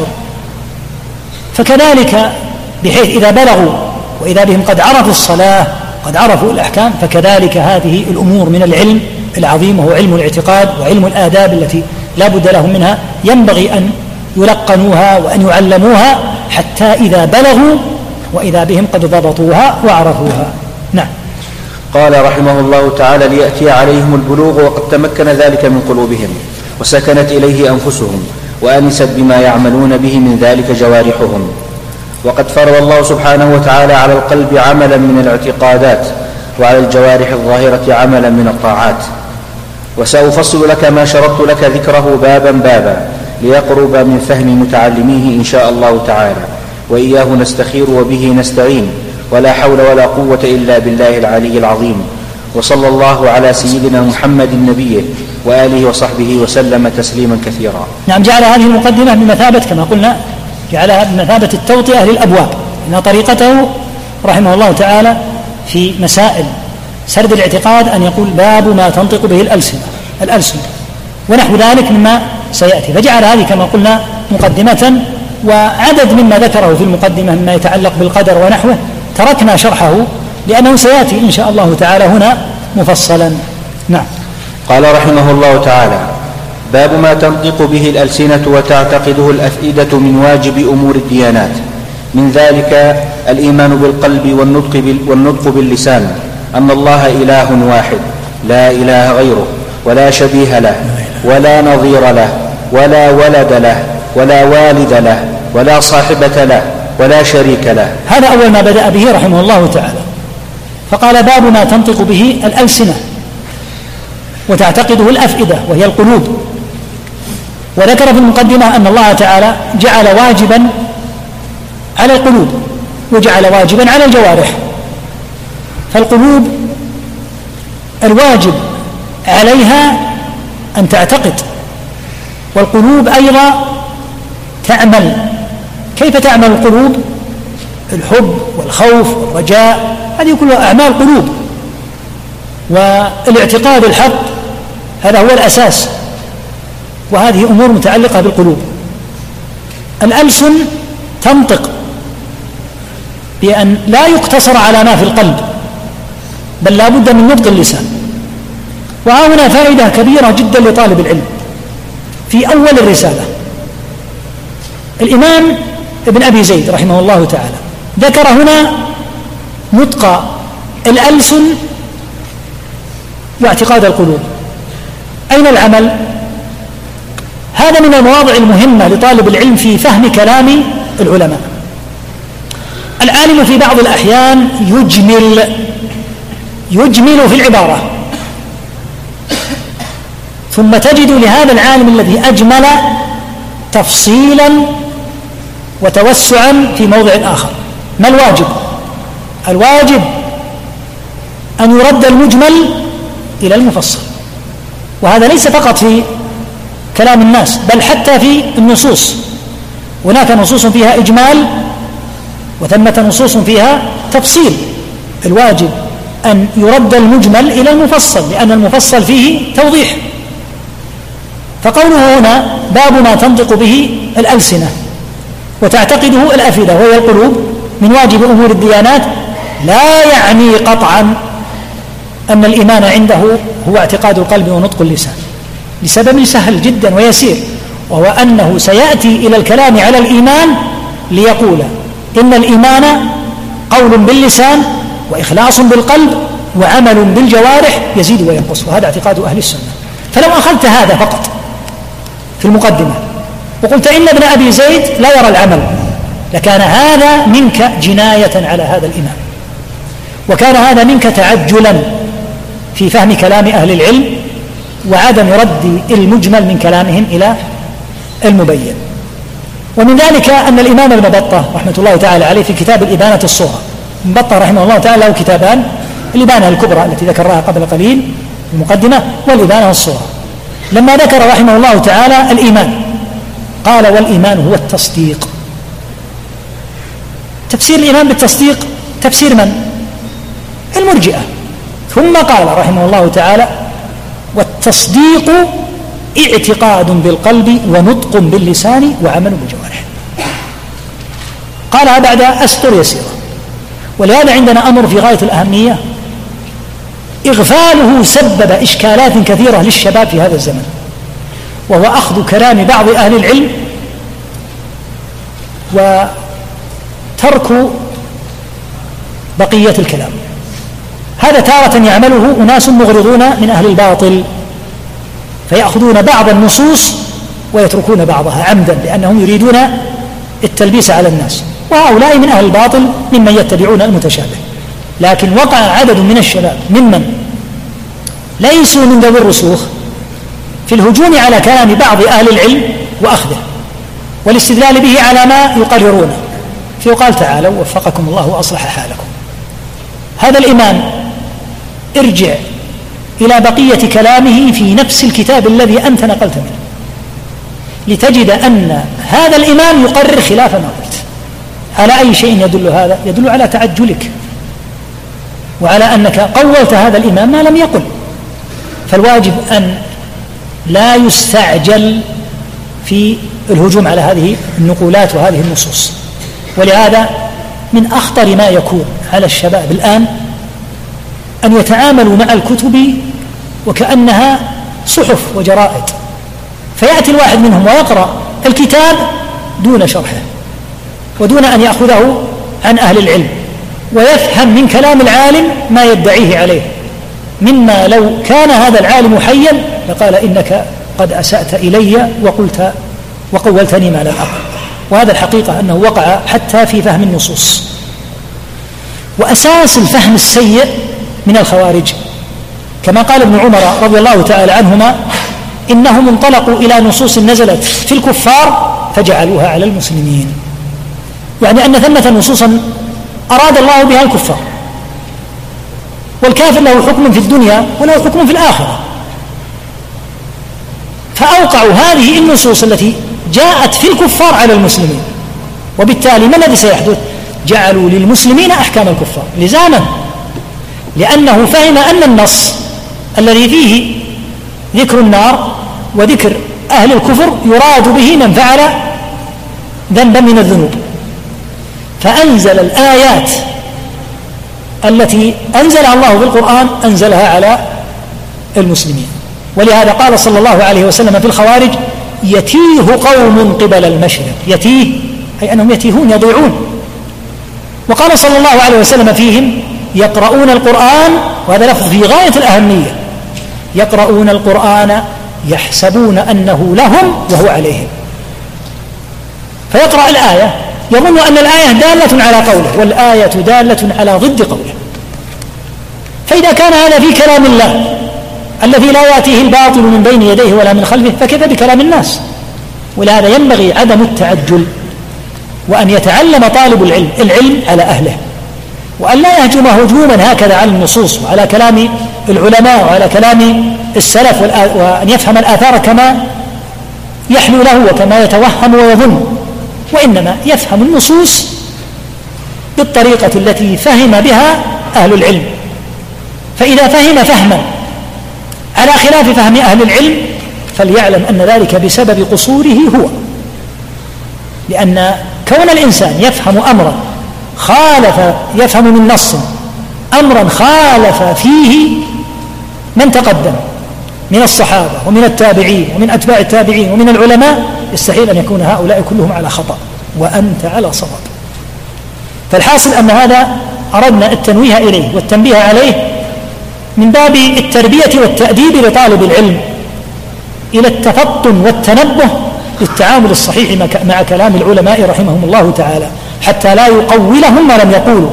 فكذلك بحيث إذا بلغوا وإذا بهم قد عرفوا الصلاة قد عرفوا الأحكام، فكذلك هذه الأمور من العلم العظيم وهو علم الاعتقاد وعلم الآداب التي لا بد لهم منها، ينبغي أن يلقنوها وأن يعلموها حتى إذا بلغوا وإذا بهم قد ضبطوها وعرفوها. نعم. قال رحمه الله تعالى: ليأتي عليهم البلوغ وقد تمكن ذلك من قلوبهم وسكنت إليه أنفسهم وأنست بما يعملون به من ذلك جوارحهم. وقد فرض الله سبحانه وتعالى على القلب عملا من الاعتقادات وعلى الجوارح الظاهرة عملا من الطاعات، وسأفصل لك ما شرطت لك ذكره بابا بابا ليقرب من فهم متعلميه إن شاء الله تعالى، وإياه نستخير وبه نستعين، ولا حول ولا قوة إلا بالله العلي العظيم. وصلى الله على سيدنا محمد نبيه وآله وصحبه وسلم تسليما كثيرا. نعم. جعل هذه المقدمة بمثابة كما قلنا جعلها بمثابة التوطئة للأبواب، إن طريقته رحمه الله تعالى في مسائل سرد الاعتقاد أن يقول: باب ما تنطق به الألسنة ونحو ذلك مما سيأتي، فجعل هذه كما قلنا مقدمة، وعدد مما ذكره في المقدمة مما يتعلق بالقدر ونحوه تركنا شرحه لأنه سيأتي إن شاء الله تعالى هنا مفصلا. نعم. قال رحمه الله تعالى: باب ما تنطق به الألسنة وتعتقده الأفئدة من واجب أمور الديانات، من ذلك الإيمان بالقلب والنطق باللسان أن الله إله واحد لا إله غيره ولا شبيه له ولا نظير له ولا ولد له ولا والد له ولا صاحبة له ولا شريك له. هذا أول ما بدأ به رحمه الله تعالى، فقال: باب ما تنطق به الألسنة وتعتقده الأفئدة وهي القلوب. وذكر في المقدمة أن الله تعالى جعل واجبا على القلوب وجعل واجبا على الجوارح، فالقلوب الواجب عليها أن تعتقد، والقلوب أيضا تعمل. كيف تعمل القلوب؟ الحب والخوف والرجاء، هذه كلها أعمال قلوب، والاعتقاد الحق هذا هو الأساس، وهذه أمور متعلقة بالقلوب. الألسن تنطق بأن لا يقتصر على ما في القلب، بل لا بد من نطق اللسان. وها هنا فائدة كبيرة جدا لطالب العلم في أول الرسالة. الإمام ابن أبي زيد رحمه الله تعالى ذكر هنا نطق الألسن واعتقاد القلوب. أين العمل؟ هذا من المواضع المهمة لطالب العلم في فهم كلام العلماء. العالم في بعض الأحيان يجمل في العبارة، ثم تجد لهذا العالم الذي أجمل تفصيلا وتوسعا في موضع آخر. ما الواجب؟ الواجب أن يرد المجمل إلى المفصل، وهذا ليس فقط في كلام الناس بل حتى في النصوص. هناك نصوص فيها إجمال وثمة نصوص فيها تفصيل. الواجب أن يرد المجمل إلى المفصل، لأن المفصل فيه توضيح. فقوله هنا باب ما تنطق به الألسنة وتعتقده الأفئدة وهي القلوب من واجب أمور الديانات، لا يعني قطعا أن الإيمان عنده هو اعتقاد القلب ونطق اللسان، لسبب سهل جدا ويسير، وهو أنه سيأتي إلى الكلام على الإيمان ليقول إن الإيمان قول باللسان وإخلاص بالقلب وعمل بالجوارح يزيد وينقص، وهذا اعتقاد أهل السنة. فلو أخذت هذا فقط في المقدمة وقلت إن ابن أبي زيد لا يرى العمل، لكان هذا منك جناية على هذا الإمام، وكان هذا منك تعجلا في فهم كلام أهل العلم وعدم رد المجمل من كلامهم إلى المبين. ومن ذلك أن الإمام ابن بطة رحمة الله تعالى عليه في كتاب الإبانة الصغرى، ابن بطة رحمه الله تعالى له كتابان: الإبانة الكبرى التي ذكرها قبل قليل المقدمة، والإبانة الصغرى. لما ذكر رحمه الله تعالى الإيمان قال: والإيمان هو التصديق. تفسير الإيمان بالتصديق تفسير من؟ المرجئة. ثم قال رحمه الله تعالى: والتصديق اعتقاد بالقلب ونطق باللسان وعمل بالجوارح. قالها بعد أسطر يسيرة. ولهذا عندنا أمر في غاية الأهمية إغفاله سبب إشكالات كثيرة للشباب في هذا الزمن، وهو أخذ كلام بعض أهل العلم وترك بقية الكلام. هذا تارة يعمله أناس مغرضون من أهل الباطل، فيأخذون بعض النصوص ويتركون بعضها عمدا لأنهم يريدون التلبيس على الناس، وهؤلاء من أهل الباطل ممن يتبعون المتشابه. لكن وقع عدد من الشباب ممن ليسوا من ذوي الرسوخ في الهجوم على كلام بعض أهل العلم وأخذه والاستدلال به على ما يقررونه، فيقال: تعالوا وفقكم الله وأصلح حالكم. هذا الإمام ارجع إلى بقية كلامه في نفس الكتاب الذي أنت نقلت منه لتجد أن هذا الإمام يقرر خلاف ما قلت. على أي شيء يدل هذا؟ يدل على تعجلك وعلى أنك قولت هذا الإمام ما لم يقل. فالواجب أن لا يستعجل في الهجوم على هذه النقولات وهذه النصوص. ولهذا من أخطر ما يكون على الشباب الآن أن يتعاملوا مع الكتب وكأنها صحف وجرائد، فيأتي الواحد منهم ويقرأ الكتاب دون شرحه ودون أن يأخذه عن أهل العلم، ويفهم من كلام العالم ما يدعيه عليه، مما لو كان هذا العالم حيا لقال: إنك قد أسأت إلي وقولتني ما لم أقل. وهذا الحقيقة أنه وقع حتى في فهم النصوص. وأساس الفهم السيء من الخوارج كما قال ابن عمر رضي الله تعالى عنهما: إنهم انطلقوا إلى نصوص نزلت في الكفار فجعلوها على المسلمين. يعني أن ثمة نصوصا أراد الله بها الكفار، والكافر له حكم في الدنيا وله حكم في الآخرة، فأوقعوا هذه النصوص التي جاءت في الكفار على المسلمين، وبالتالي ما الذي سيحدث؟ جعلوا للمسلمين أحكام الكفار لزاما، لأنه فهم أن النص الذي فيه ذكر النار وذكر أهل الكفر يراد به من فعل ذنبا من الذنوب، فأنزل الآيات التي أنزلها الله في القرآن أنزلها على المسلمين. ولهذا قال صلى الله عليه وسلم في الخوارج: يتيه قوم قبل المشرق. يتيه أي أنهم يتيهون يضيعون. وقال صلى الله عليه وسلم فيهم: يقرؤون القرآن، وهذا لفظ في غاية الأهمية، يقرؤون القرآن يحسبون أنه لهم وهو عليهم. فيقرأ الآية يظن أن الآية دالة على قوله، والآية دالة على ضد قوله. فإذا كان هذا في كلام الله الذي لا يأتيه الباطل من بين يديه ولا من خلفه، فكيف بكلام الناس؟ ولهذا ينبغي عدم التعجل، وأن يتعلم طالب العلم على أهله، وأن لا يهجم هجوما هكذا على النصوص وعلى كلام العلماء وعلى كلام السلف، وأن يفهم الآثار كما يحلو له وكما يتوهم ويظن، وإنما يفهم النصوص بالطريقة التي فهم بها أهل العلم. فإذا فهم فهما على خلاف فهم أهل العلم فليعلم أن ذلك بسبب قصوره هو، لأن كون الإنسان يفهم أمرا يفهم من نص أمرا خالف فيه من تقدم من الصحابة ومن التابعين ومن أتباع التابعين ومن العلماء، يستحيل أن يكون هؤلاء كلهم على خطأ وأنت على صواب. فالحاصل أن هذا أردنا التنويه إليه والتنبيه عليه من باب التربية والتأديب لطالب العلم إلى التفطن والتنبه للتعامل الصحيح مع كلام العلماء رحمهم الله تعالى، حتى لا يقولهم ما لم يقولوا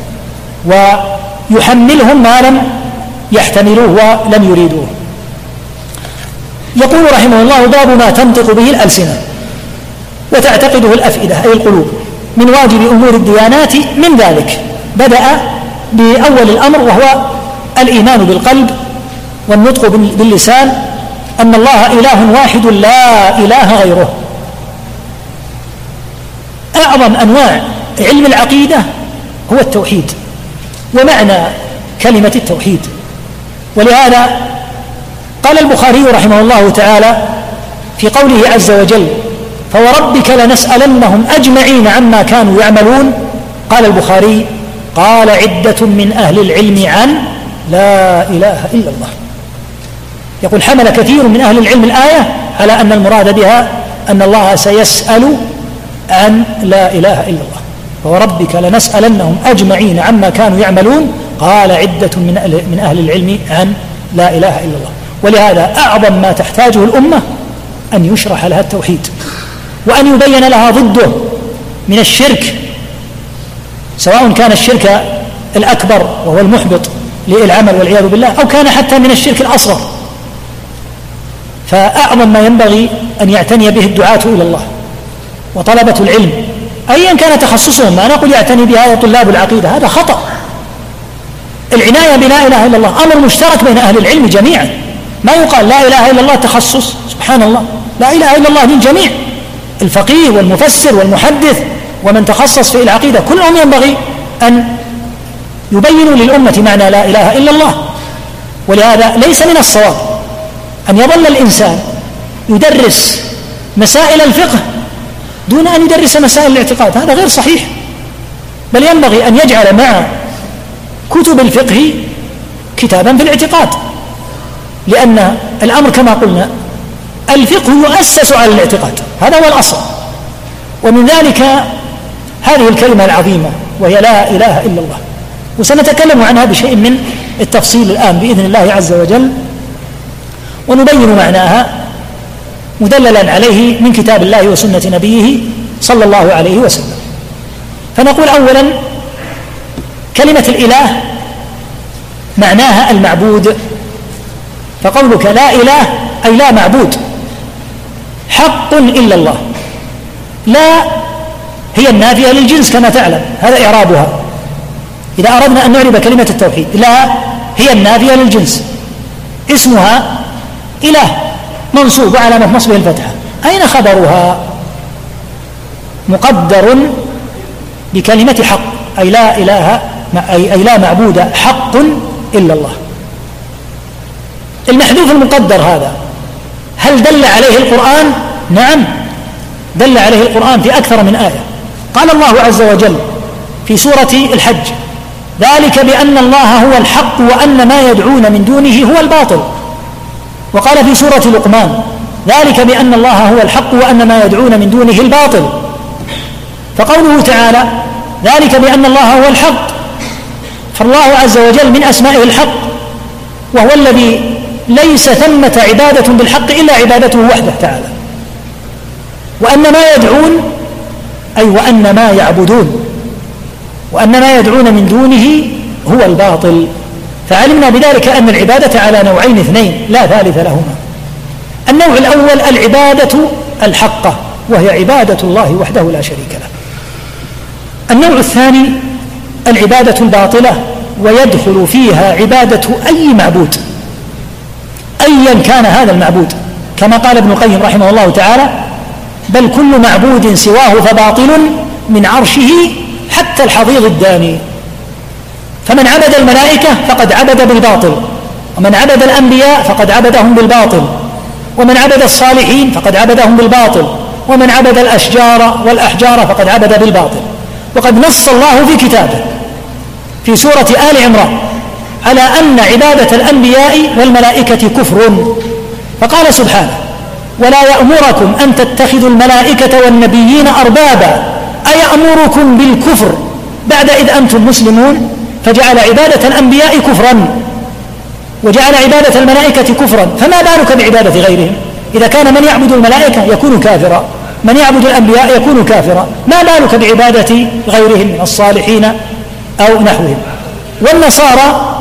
ويحملهم ما لم يحتملوه ولم يريدوه. يقول رحمه الله: باب ما تنطق به الألسنة وتعتقده الأفئدة أي القلوب من واجب أمور الديانات. من ذلك بدأ بأول الأمر وهو الإيمان بالقلب والنطق باللسان أن الله إله واحد لا إله غيره. أعظم أنواع علم العقيدة هو التوحيد ومعنى كلمة التوحيد. ولهذا قال البخاري رحمه الله تعالى في قوله عز وجل: فوربك لنسألنهم أجمعين عما كانوا يعملون. قال البخاري: قال عدة من أهل العلم عن لا إله إلا الله. يقول: حمل كثير من أهل العلم الآية على أن المراد بها أن الله سيسأل عن لا إله إلا الله. فوربك لنسألنهم أجمعين عما كانوا يعملون. قال عدة من أهل العلم عن لا إله إلا الله. ولهذا أعظم ما تحتاجه الأمة أن يشرح لها التوحيد، وأن يبين لها ضده من الشرك، سواء كان الشرك الأكبر وهو المحبط للعمل والعياذ بالله، أو كان حتى من الشرك الأصغر. فأعظم ما ينبغي أن يعتني به الدعاة إلى الله وطلبة العلم أيا كان تخصصهم. ما نقول يعتني بها طلاب العقيدة، هذا خطأ. العناية بلا إله إلا الله أمر مشترك بين أهل العلم جميعا. ما يقال لا إله إلا الله تخصص، سبحان الله، لا إله إلا الله للجميع، الفقيه والمفسر والمحدث ومن تخصص في العقيدة كلهم ينبغي أن يبينوا للأمة معنى لا إله إلا الله. ولهذا ليس من الصواب أن يظل الإنسان يدرس مسائل الفقه دون أن يدرس مسائل الاعتقاد، هذا غير صحيح. بل ينبغي أن يجعل مع كتب الفقه كتابا في الاعتقاد، لأن الأمر كما قلنا الفقه يؤسس على الاعتقاد، هذا هو الأصل. ومن ذلك هذه الكلمة العظيمة وهي لا إله إلا الله، وسنتكلم عنها بشيء من التفصيل الآن بإذن الله عز وجل، ونبين معناها مدللا عليه من كتاب الله وسنة نبيه صلى الله عليه وسلم. فنقول أولا كلمة الإله معناها المعبود، فقولك لا إله أي لا معبود حق إلا الله. لا هي النافية للجنس كما تعلم، هذا إعرابها إذا أردنا أن نعرب كلمة التوحيد. لا هي النافية للجنس، اسمها إله منصوب وعلامة نصبه الفتحة. أين خبرها؟ مقدر بكلمة حق، أي لا إله أي لا معبود حق إلا الله. المحذوف المقدر هذا هل دل عليه القرآن؟ نعم دل عليه القرآن في أكثر من آية. قال الله عز وجل في سورة الحج: ذلك بأن الله هو الحق وأن ما يدعون من دونه هو الباطل. وقال في سورة لقمان: ذلك بأن الله هو الحق وأن ما يدعون من دونه الباطل. فقوله تعالى: ذلك بأن الله هو الحق، فالله عز وجل من أسمائه الحق، وهو الذي ليس ثمة عبادة بالحق إلا عبادته وحده تعالى. وأن ما يدعون أي وأن ما يعبدون وأن ما يدعون من دونه هو الباطل. فعلمنا بذلك أن العبادة على نوعين اثنين لا ثالث لهما. النوع الأول العبادة الحقة، وهي عبادة الله وحده لا شريك له. النوع الثاني العبادة الباطلة، ويدخل فيها عبادة أي معبود أيا كان هذا المعبود، كما قال ابن القيم رحمه الله تعالى: بل كل معبود سواه فباطل من عرشه حتى الحضيض الداني. فمن عبد الملائكة فقد عبد بالباطل، ومن عبد الأنبياء فقد عبدهم بالباطل، ومن عبد الصالحين فقد عبدهم بالباطل، ومن عبد الأشجار والأحجار فقد عبد بالباطل. وقد نص الله في كتابه في سورة آل عمران على أن عبادة الأنبياء والملائكة كفر، فقال سبحانه: ولا يأمركم أن تتخذوا الملائكة والنبيين أربابا أيأمركم بالكفر بعد إذ أنتم مسلمون. فجعل عبادة الأنبياء كفرا وجعل عبادة الملائكة كفرا، فما بالك بعبادة غيرهم؟ إذا كان من يعبد الملائكة يكون كافرا، من يعبد الأنبياء يكون كافرا، ما بالك بعبادة غيرهم من الصالحين أو نحوهم. والنصارى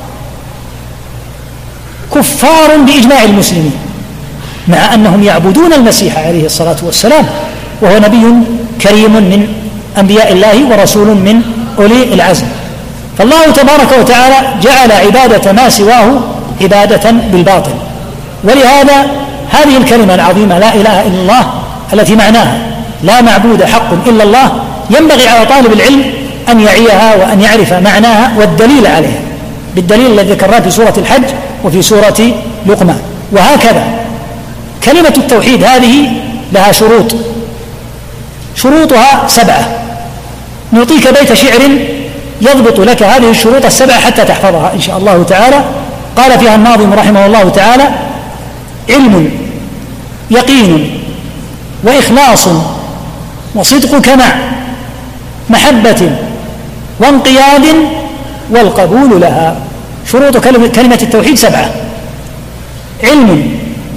كفار بإجماع المسلمين، مع أنهم يعبدون المسيح عليه الصلاة والسلام، وهو نبي كريم من أنبياء الله ورسول من أولي العزم. فالله تبارك وتعالى جعل عبادة ما سواه عبادة بالباطل. ولهذا هذه الكلمة العظيمة لا إله إلا الله التي معناها لا معبود حق إلا الله، ينبغي على طالب العلم أن يعيها وأن يعرف معناها والدليل عليها، بالدليل الذي ذكرناه في سورة الحج وفي سورة لقمان. وهكذا كلمة التوحيد هذه لها شروط، شروطها 7. نعطيك بيت شعر يضبط لك هذه الشروط 7 حتى تحفظها إن شاء الله تعالى. قال فيها الناظم رحمه الله تعالى: علم يقين وإخلاص وصدقك مع محبة وانقياد والقبول لها. شروط كلمة التوحيد 7. علم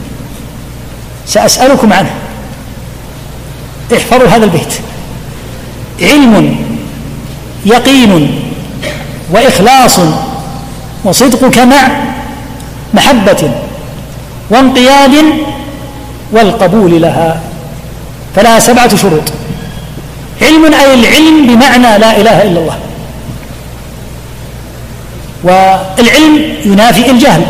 سأسألكم عنه، احفظوا هذا البيت: علم يقين وإخلاص وصدقك مع محبة وانقياد والقبول لها. فلها 7 شروط. علم أي العلم بمعنى لا إله إلا الله، والعلم ينافي الجهل.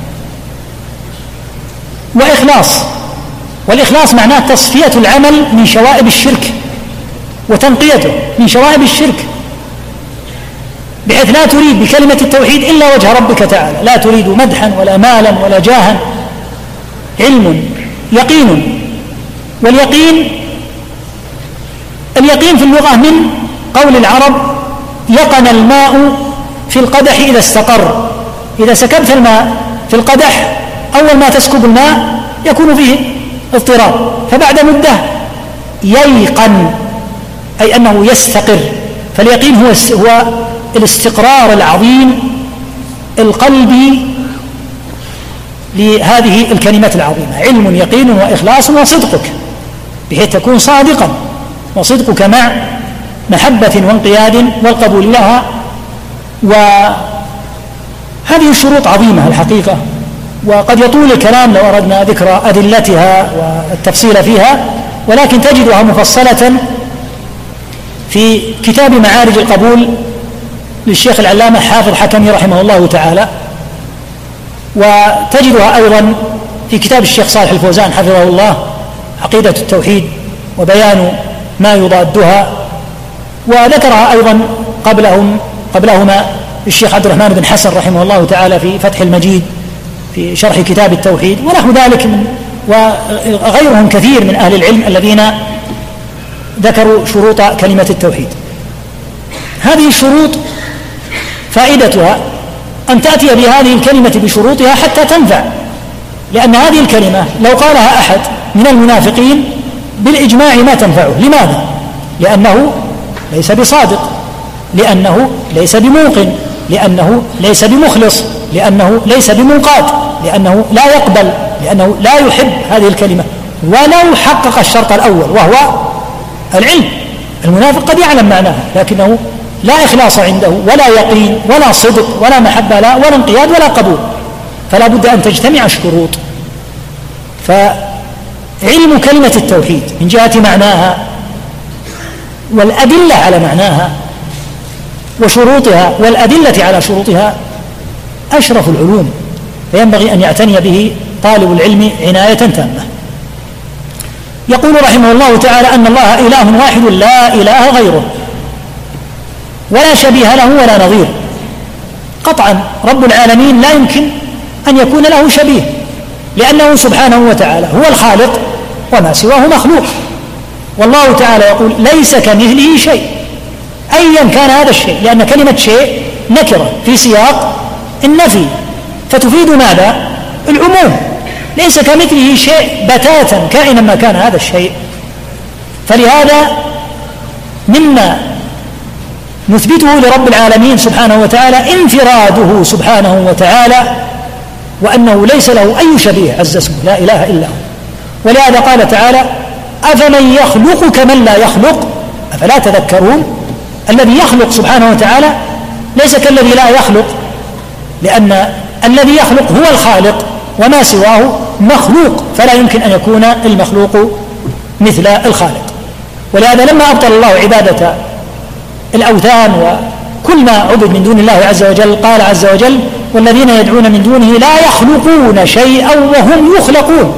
وإخلاص، والإخلاص معناه تصفية العمل من شوائب الشرك وتنقيته من شوائب الشرك، بحيث لا تريد بكلمة التوحيد إلا وجه ربك تعالى، لا تريد مدحا ولا مالا ولا جاها. علم يقين، واليقين اليقين في اللغة من قول العرب: يقن الماء في القدح إذا استقر. إذا سكبت الماء في القدح أول ما تسكب الماء يكون فيه اضطراب، فبعد مدة ييقن أي أنه يستقر. فاليقين هو الاستقرار العظيم القلبي لهذه الكلمات العظيمة: علم يقين وإخلاص وصدقك، بحيث تكون صادقا، وصدقك مع محبة وانقياد والقبول لها. وهذه الشروط عظيمة الحقيقة، وقد يطول الكلام لو أردنا ذكر أدلتها والتفصيل فيها، ولكن تجدها مفصلة في كتاب معارج القبول للشيخ العلامة حافظ حكمي رحمه الله تعالى، وتجدها أيضا في كتاب الشيخ صالح الفوزان حفظه الله عقيدة التوحيد وبيان ما يضادها، وذكرها أيضا قبلهما الشيخ عبد الرحمن بن حسن رحمه الله تعالى في فتح المجيد في شرح كتاب التوحيد، ونحو ذلك وغيرهم كثير من أهل العلم الذين ذكروا شروط كلمة التوحيد. هذه الشروط فائدتها أن تأتي بهذه الكلمة بشروطها حتى تنفع، لأن هذه الكلمة لو قالها أحد من المنافقين بالإجماع ما تنفعه. لماذا؟ لأنه ليس بصادق، لأنه ليس بموقن، لأنه ليس بمخلص، لأنه ليس بمنقاد، لأنه لا يقبل، لأنه لا يحب هذه الكلمة ولو حقق الشرط الأول وهو العلم. المنافق قد يعلم معناها لكنه لا إخلاص عنده ولا يقين ولا صدق ولا محبة لا ولا انقياد ولا قبول، فلا بد أن تجتمع الشروط. فعلم كلمة التوحيد من جهة معناها والأدلة على معناها وشروطها والأدلة على شروطها أشرف العلوم، فينبغي أن يعتني به طالب العلم عناية تامة. يقول رحمه الله تعالى أن الله إله واحد لا إله غيره ولا شبيه له ولا نظير. قطعا رب العالمين لا يمكن أن يكون له شبيه، لأنه سبحانه وتعالى هو الخالق وما سواه مخلوق. والله تعالى يقول ليس كمثله شيء أيا كان هذا الشيء، لأن كلمة شيء نكرة في سياق النفي فتفيد ماذا؟ العموم. ليس كمثله شيء بتاتا كائنا ما كان هذا الشيء. فلهذا مما نثبته لرب العالمين سبحانه وتعالى انفراده سبحانه وتعالى، وأنه ليس له أي شبيه عز اسمه لا إله إلا هو. ولهذا قال تعالى أفمن يخلق كمن لا يخلق أفلا تذكرون. الذي يخلق سبحانه وتعالى ليس كالذي لا يخلق، لأن الذي يخلق هو الخالق وما سواه مخلوق، فلا يمكن أن يكون المخلوق مثل الخالق. ولهذا لما أبطل الله عبادة الأوثان وكل ما عبد من دون الله عز وجل قال عز وجل والذين يدعون من دونه لا يخلقون شيئا وهم يخلقون.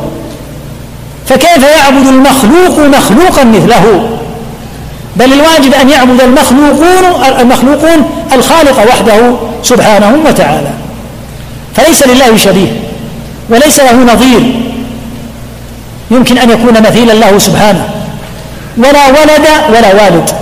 فكيف يعبد المخلوق مخلوقا مثله؟ بل الواجب أن يعبد المخلوقون الخالق وحده سبحانه وتعالى. فليس لله شبيه وليس له نظير يمكن أن يكون مثيلا له سبحانه، ولا ولد ولا والد.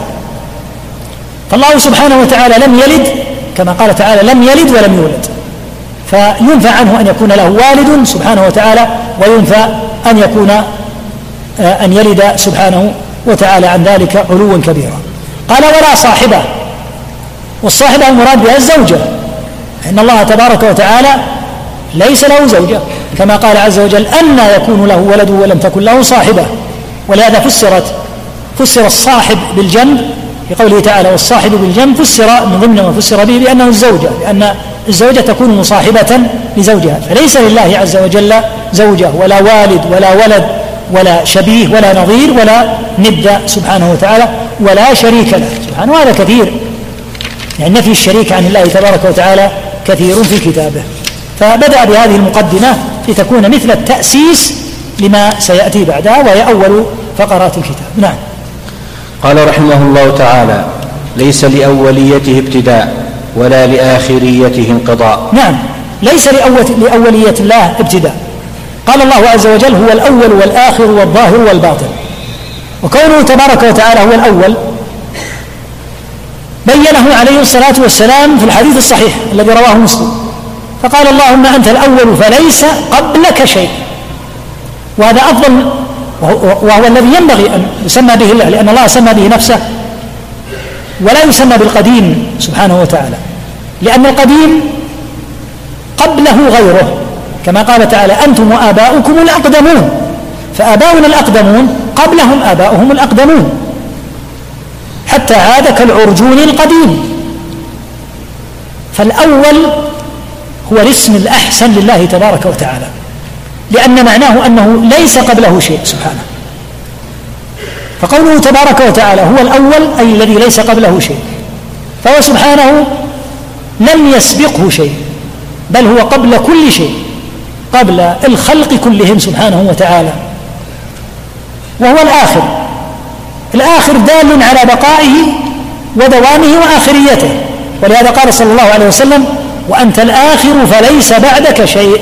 فالله سبحانه وتعالى لم يلد كما قال تعالى لم يلد ولم يولد، فينفى عنه أن يكون له والد سبحانه وتعالى، وينفى أن يكون أن يلد سبحانه وتعالى عن ذلك علوا كبيرا. قال ولا صاحبة، والصاحبة المراد بها الزوجة، إن الله تبارك وتعالى ليس له زوجة كما قال عز وجل أن يكون له ولد ولم تكن له صاحبة. ولهذا فسر الصاحب بالجنب في قوله تعالى والصاحب بالجنب، فسر من ضمن ما فسر به بأنه الزوجة، لأن الزوجة تكون مصاحبة لزوجها. فليس لله عز وجل زوجة ولا والد ولا ولد ولا شبيه ولا نظير ولا ند سبحانه وتعالى ولا شريك له سبحانه. وهذا كثير، يعني نفي الشريك عن الله تبارك وتعالى كثير في كتابه. فبدأ بهذه المقدمة لتكون مثل التأسيس لما سيأتي بعدها، وهي أول فقرات الكتاب. نعم. قال رحمه الله تعالى ليس لأوليته ابتداء ولا لآخريته انقضاء. نعم، ليس لأولية الله ابتداء. قال الله عز وجل هو الأول والآخر والظاهر والباطن، وكونه تبارك وتعالى هو الأول بينه عليه الصلاة والسلام في الحديث الصحيح الذي رواه مسلم، فقال اللهم أنت الأول فليس قبلك شيء. وهذا أفضل، وهو الذي ينبغي أن يسمى به الله، لأن الله سمى به نفسه ولا يسمى بالقديم سبحانه وتعالى، لأن القديم قبله غيره، كما قال تعالى أنتم وآباؤكم الأقدمون، فآباؤنا الأقدمون قبلهم آباؤهم الأقدمون حتى عاد كالعرجون القديم. فالأول هو الاسم الأحسن لله تبارك وتعالى، لأن معناه أنه ليس قبله شيء سبحانه. فقوله تبارك وتعالى هو الأول أي الذي ليس قبله شيء، فهو سبحانه لم يسبقه شيء، بل هو قبل كل شيء، قبل الخلق كلهم سبحانه وتعالى. وهو الآخر دال على بقائه ودوامه وآخريته، ولهذا قال صلى الله عليه وسلم وأنت الآخر فليس بعدك شيء.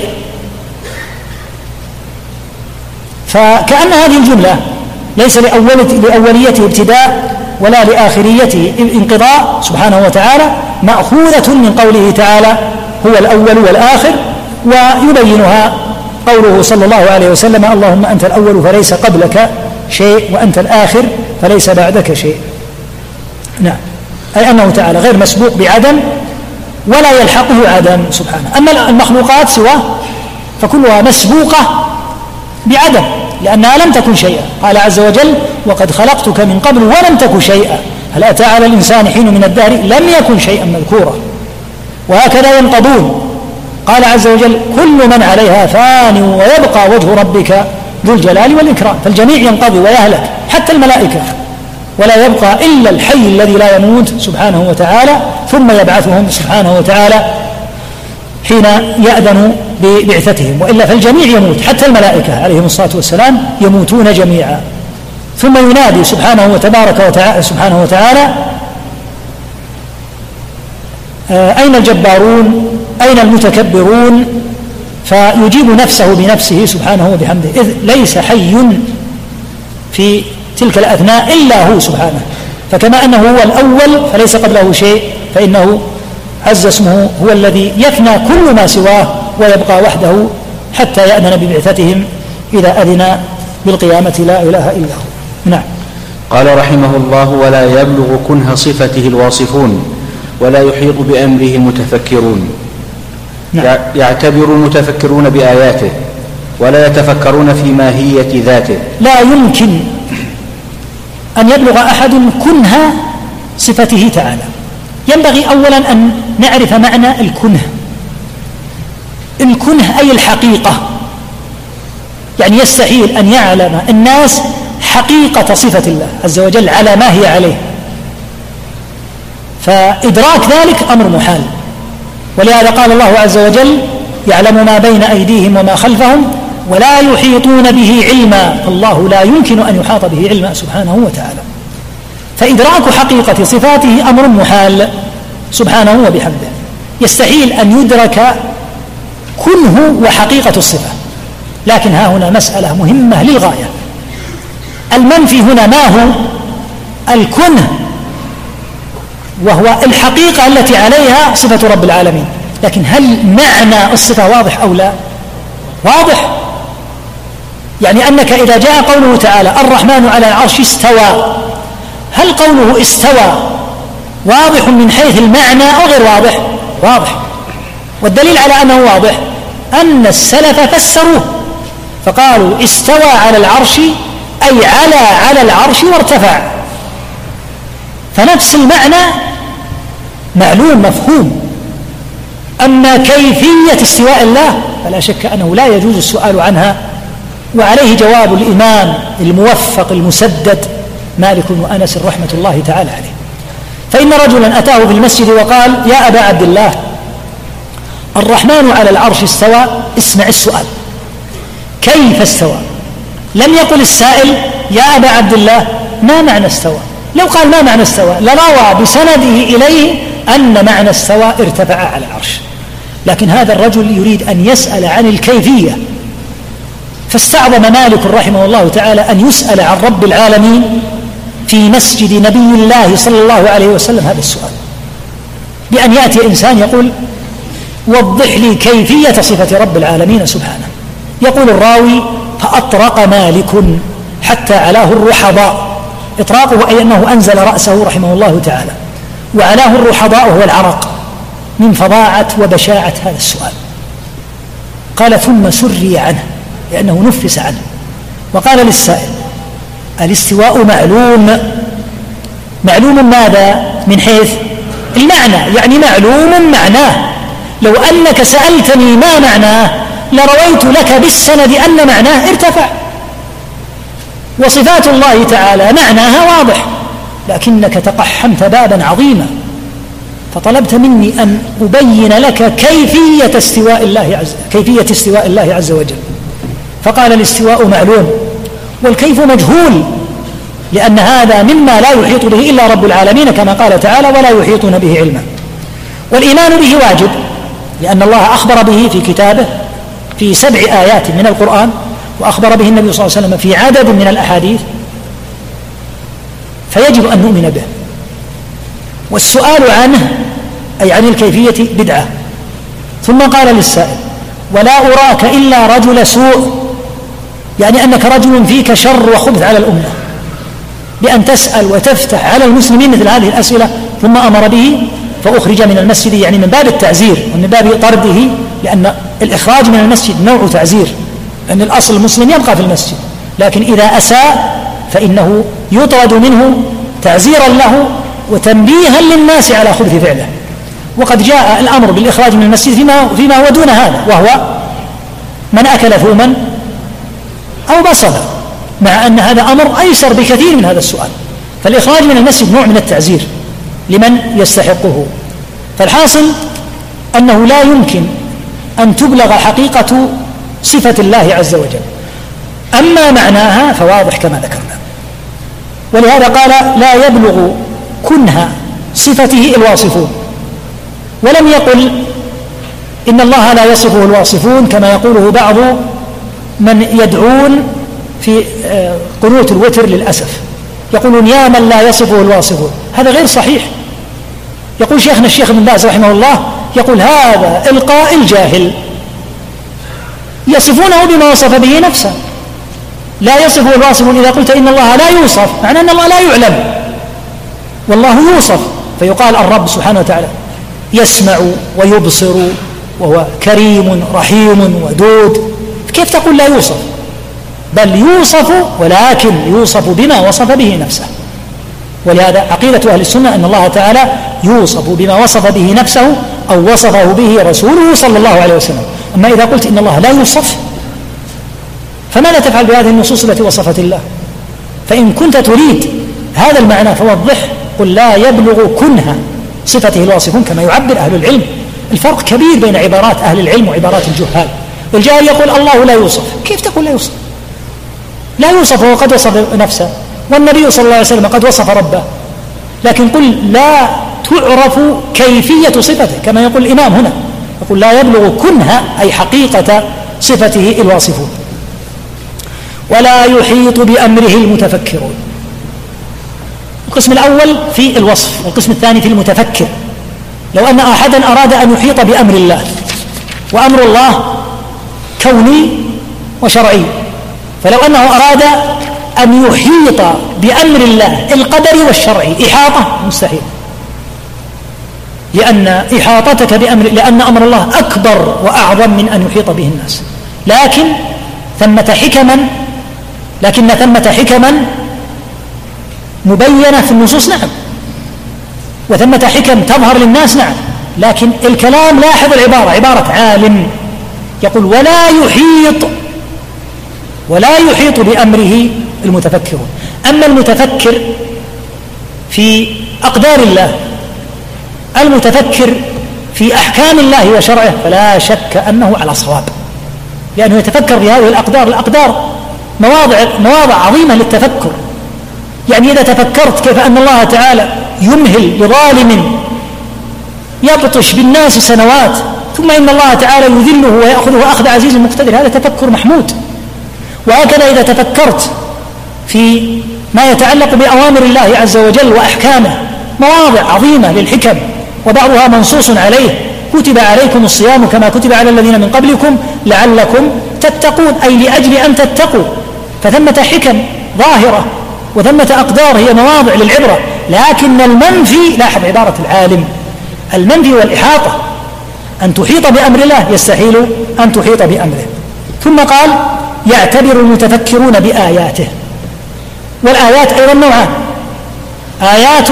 فكأن هذه الجملة ليس لأوليته ابتداء ولا لآخريته انقضاء سبحانه وتعالى، مأخوذة من قوله تعالى هو الأول والآخر، ويبينها قوله صلى الله عليه وسلم اللهم أنت الأول فليس قبلك شيء وأنت الآخر فليس بعدك شيء. نعم، أي أنه تعالى غير مسبوق بعدم ولا يلحقه عدم سبحانه. أما المخلوقات سواه فكلها مسبوقة بعدم لأنها لم تكن شيئا. قال عز وجل: وقد خلقتك من قبل ولم تك شيئا هل أتى على الإنسان حين من الدهر لم يكن شيئا مذكورا. وهكذا ينقضون. قال عز وجل: كل من عليها فان ويبقى وجه ربك ذو الجلال والإكرام. فالجميع ينقضي ويهلك حتى الملائكة، ولا يبقى إلا الحي الذي لا يموت سبحانه وتعالى، ثم يبعثهم سبحانه وتعالى حين يأذن ببعثتهم، وإلا فالجميع يموت حتى الملائكة عليهم الصلاة والسلام يموتون جميعا. ثم ينادي سبحانه وتعالى: أين الجبارون أين المتكبرون؟ فيجيب نفسه بنفسه سبحانه وبحمده، إذ ليس حي في تلك الأثناء إلا هو سبحانه. فكما أنه هو الأول فليس قبله شيء، فإنه عز اسمه هو الذي يفنى كل ما سواه ويبقى وحده حتى يأذن ببعثتهم إذا أذن بالقيامة لا إله إلا هو. نعم. قال رحمه الله: ولا يبلغ كنه صفته الواصفون ولا يحيط بأمره المتفكرون. نعم. يعتبر المتفكرون بآياته ولا يتفكرون في ماهية ذاته. لا يمكن أن يبلغ أحد كنه صفته تعالى. ينبغي أولا أن نعرف معنى الكنه. الكنه أي الحقيقة، يعني يستحيل أن يعلم الناس حقيقة صفة الله عز وجل على ما هي عليه، فإدراك ذلك أمر محال. ولهذا قال الله عز وجل: يعلم ما بين أيديهم وما خلفهم ولا يحيطون به علما. الله لا يمكن أن يحاط به علما سبحانه وتعالى. فإدراك حقيقة صفاته أمر محال سبحانه وبحمده. يستحيل أن يدرك كنه وحقيقة الصفة. لكن ها هنا مسألة مهمة للغاية. المنفي هنا ما هو؟ الكنه، وهو الحقيقة التي عليها صفة رب العالمين. لكن هل معنى الصفة واضح أو لا؟ واضح. يعني أنك إذا جاء قوله تعالى: الرحمن على العرش استوى، هل قوله استوى واضح من حيث المعنى أو غير واضح؟ واضح. والدليل على أنه واضح أن السلف فسروه فقالوا: استوى على العرش أي على العرش وارتفع. فنفس المعنى معلوم مفهوم. أما كيفية استواء الله فلا شك أنه لا يجوز السؤال عنها، وعليه جواب الإمام الموفق المسدد مالك وأنس رحمة الله تعالى عليه. فإن رجلا أتاه في المسجد وقال: يا أبا عبد الله، الرحمن على العرش استوى. اسمع السؤال: كيف استوى؟ لم يقل السائل: يا أبا عبد الله ما معنى استوى؟ لو قال ما معنى استوى لروى بسنده إليه أن معنى استوى ارتفع على العرش. لكن هذا الرجل يريد أن يسأل عن الكيفية، فاستعظم مالك رحمه الله تعالى أن يسأل عن رب العالمين في مسجد نبي الله صلى الله عليه وسلم هذا السؤال، بأن يأتي إنسان يقول: وضح لي كيفية صفة رب العالمين سبحانه. يقول الراوي: فأطرق مالك حتى علاه الرحضاء. إطراقه أي أنه أنزل رأسه رحمه الله تعالى، وعلاه الرحضاء وهو العرق من فظاعة وبشاعة هذا السؤال. قال: ثم سري عنه لأنه نفس عنه، وقال للسائل: الاستواء معلوم ماذا؟ من حيث المعنى، يعني معلوم معناه. لو أنك سألتني ما معناه لرويت لك بالسند أن معناه ارتفع. وصفات الله تعالى معناها واضح، لكنك تقحمت بابا عظيما فطلبت مني أن أبين لك كيفية استواء الله عز وجل. فقال: الاستواء معلوم والكيف مجهول، لأن هذا مما لا يحيط به إلا رب العالمين، كما قال تعالى: ولا يحيطون به علما. والإيمان به واجب، لأن الله أخبر به في كتابه في 7 آيات من القرآن، وأخبر به النبي صلى الله عليه وسلم في عدد من الأحاديث، فيجب أن نؤمن به. والسؤال عنه أي عن الكيفية بدعة. ثم قال للسائل: ولا أراك إلا رجل سوء، يعني أنك رجل فيك شر وخبث على الأمة. بأن تسأل وتفتح على المسلمين مثل هذه الأسئلة، ثم أمر به فأخرج من المسجد، يعني من باب التعزير ومن باب طرده، لأن الإخراج من المسجد نوع تعزير، لأن الأصل المسلم يبقى في المسجد، لكن إذا أساء فإنه يطرد منه تعزيرا له وتنبيها للناس على خبث فعله. وقد جاء الأمر بالإخراج من المسجد فيما هو دون هذا، وهو من أكل ثوما أو بصلا، مع أن هذا أمر أيسر بكثير من هذا السؤال. فالإخراج من المسجد نوع من التعزير لمن يستحقه. فالحاصل أنه لا يمكن أن تبلغ حقيقة صفة الله عز وجل، أما معناها فواضح كما ذكرنا. ولهذا قال لا يبلغ كنه صفته الواصفون، ولم يقل إن الله لا يصفه الواصفون كما يقوله بعض من يدعون في قنوت الوتر للأسف، يقولون يا من لا يصفه الواصفون. هذا غير صحيح. يقول شيخنا الشيخ ابن باز رحمه الله، يقول هذا إلقاء الجاهل، يصفونه بما وصف به نفسه. لا يصفه الواصفون، إذا قلت إن الله لا يوصف معنى أن الله لا يعلم، والله يوصف، فيقال الرب سبحانه وتعالى يسمع ويبصر وهو كريم رحيم ودود، كيف تقول لا يوصف؟ بل يوصف، ولكن يوصف بما وصف به نفسه. ولهذا عقيدة أهل السنة أن الله تعالى يوصف بما وصف به نفسه أو وصفه به رسوله صلى الله عليه وسلم. أما إذا قلت إن الله لا يوصف فماذا تفعل بهذه النصوص التي وصفت الله؟ فإن كنت تريد هذا المعنى فوضح، قل لا يبلغ كنه صفته الواصفون كما يعبر أهل العلم. الفرق كبير بين عبارات أهل العلم وعبارات الجهال. الجاهل يقول الله لا يوصف، كيف تقول لا يوصف؟ لا يوصف، هو قد وصف نفسه، والنبي صلى الله عليه وسلم قد وصف ربه، لكن قل لا تعرف كيفية صفته كما يقول الإمام هنا، يقول لا يبلغ كنه أي حقيقة صفته الواصفون. ولا يحيط بأمره المتفكرون. القسم الأول في الوصف، والقسم الثاني في المتفكر. لو أن أحدا أراد أن يحيط بأمر الله، وأمر الله كوني وشرعي، فلو أنه أراد أن يحيط بأمر الله القدري والشرعي إحاطة مستحيل، لأن إحاطتك لأن أمر الله أكبر وأعظم من أن يحيط به الناس. لكن ثمة حكما مبينة في النصوص، نعم، وثمة حكم تظهر للناس، نعم، لكن الكلام لاحظ العبارة، عبارة عالم يقول ولا يحيط بأمره المتفكرون. أما المتفكر في أقدار الله، المتفكر في أحكام الله وشرعه، فلا شك أنه على صواب، لأنه يتفكر في هذه الأقدار مواضع عظيمة للتفكر. يعني إذا تفكرت كيف أن الله تعالى يمهل لظالم يبطش بالناس سنوات، ثم إن الله تعالى يذله ويأخذه أخذ عزيز مقتدر، هذا تفكر محمود. وهكذا إذا تفكرت في ما يتعلق بأوامر الله عز وجل وأحكامه، مواضع عظيمة للحكم، وبعضها منصوص عليه، كتب عليكم الصيام كما كتب على الذين من قبلكم لعلكم تتقون، أي لأجل أن تتقوا. فثمة حكم ظاهرة وثمة أقدار هي مواضع للعبرة. لكن المنفي، لاحظ عبارة العالم، المنفي والإحاطة، أن تحيط بأمر الله يستحيل أن تحيط بأمره. ثم قال يعتبر المتفكرون بآياته. والآيات أيضا نوعان، آيات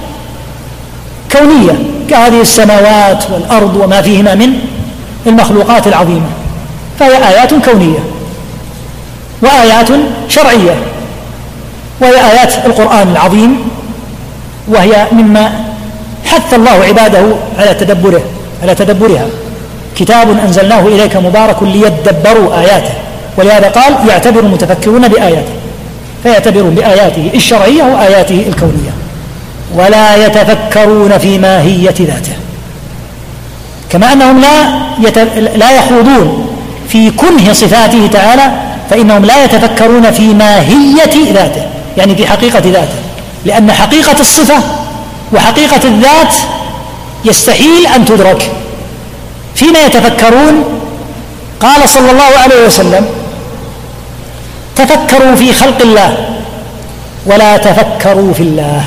كونية كهذه السماوات والأرض وما فيهما من المخلوقات العظيمة، فهي آيات كونية، وآيات شرعية، وهي آيات القرآن العظيم، وهي مما حث الله عباده على تدبرها، كتاب أنزلناه إليك مبارك ليدبروا آياته. ولهذا قال يعتبر المتفكرون بآياته، فيعتبرون بآياته الشرعية وآياته الكونية. ولا يتفكرون في ماهية ذاته، كما أنهم لا يخوضون في كنه صفاته تعالى، فإنهم لا يتفكرون في ماهية ذاته، يعني في حقيقة ذاته، لأن حقيقة الصفة وحقيقة الذات يستحيل أن تدرك. فيما يتفكرون قال صلى الله عليه وسلم تفكروا في خلق الله ولا تفكروا في الله.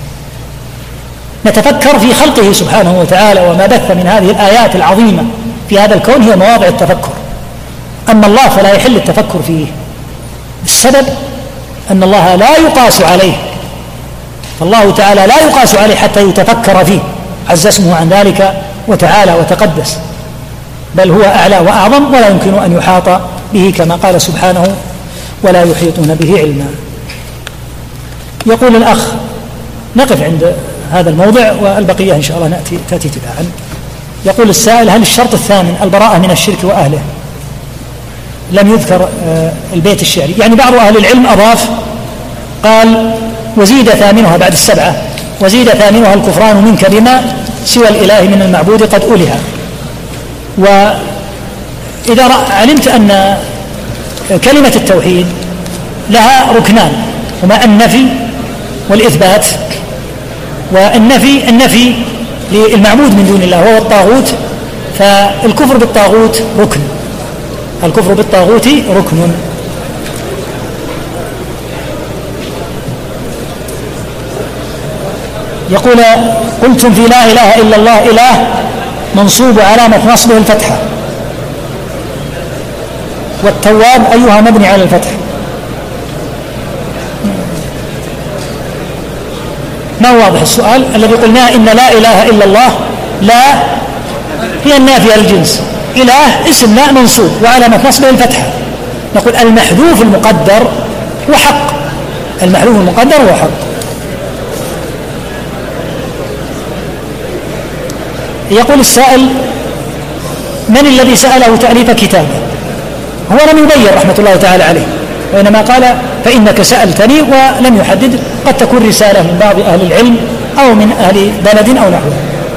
نتفكر في خلقه سبحانه وتعالى، وما بث من هذه الآيات العظيمة في هذا الكون هي مواضع التفكر. أما الله فلا يحل التفكر فيه، السبب أن الله لا يقاس عليه، فالله تعالى لا يقاس عليه حتى يتفكر فيه، عز اسمه عن ذلك وتعالى وتقدس، بل هو أعلى وأعظم ولا يمكن أن يحاط به كما قال سبحانه ولا يحيطون به علما. يقول الأخ، نقف عند هذا الموضع والبقية إن شاء الله تأتي تباعا. يقول السائل: هل الشرط الثامن البراءة من الشرك وأهله؟ لم يذكر البيت الشعري، يعني بعض أهل العلم أضاف قال: وزيد ثامنها بعد السبعة، وزيد ثامنها الكفران منك بما سوى الإله من المعبود قد أولها. وإذا علمت أن كلمة التوحيد لها ركنان هما النفي والإثبات، والنفي للمعبود من دون الله وهو الطاغوت، فالكفر بالطاغوت ركن، الكفر بالطاغوت ركن. يقول: قلتم في لا إله إلا الله إله منصوب علامة نصبه الفتحة، والتواب أيها مبني على الفتح. ما واضح السؤال الذي قلناه إن لا إله إلا الله، لا هي النافية للجنس، إله اسم لا منصوب وعلامة نصبه الفتحة. نقول المحذوف المقدر هو حق، المحذوف المقدر هو حق. يقول السائل: من الذي سأله تأليف كتابه؟ هو لم يبين رحمة الله تعالى عليه، وإنما قال: فإنك سألتني، ولم يحدد، قد تكون رسالة من بعض أهل العلم أو من أهل بلد أو نحوه.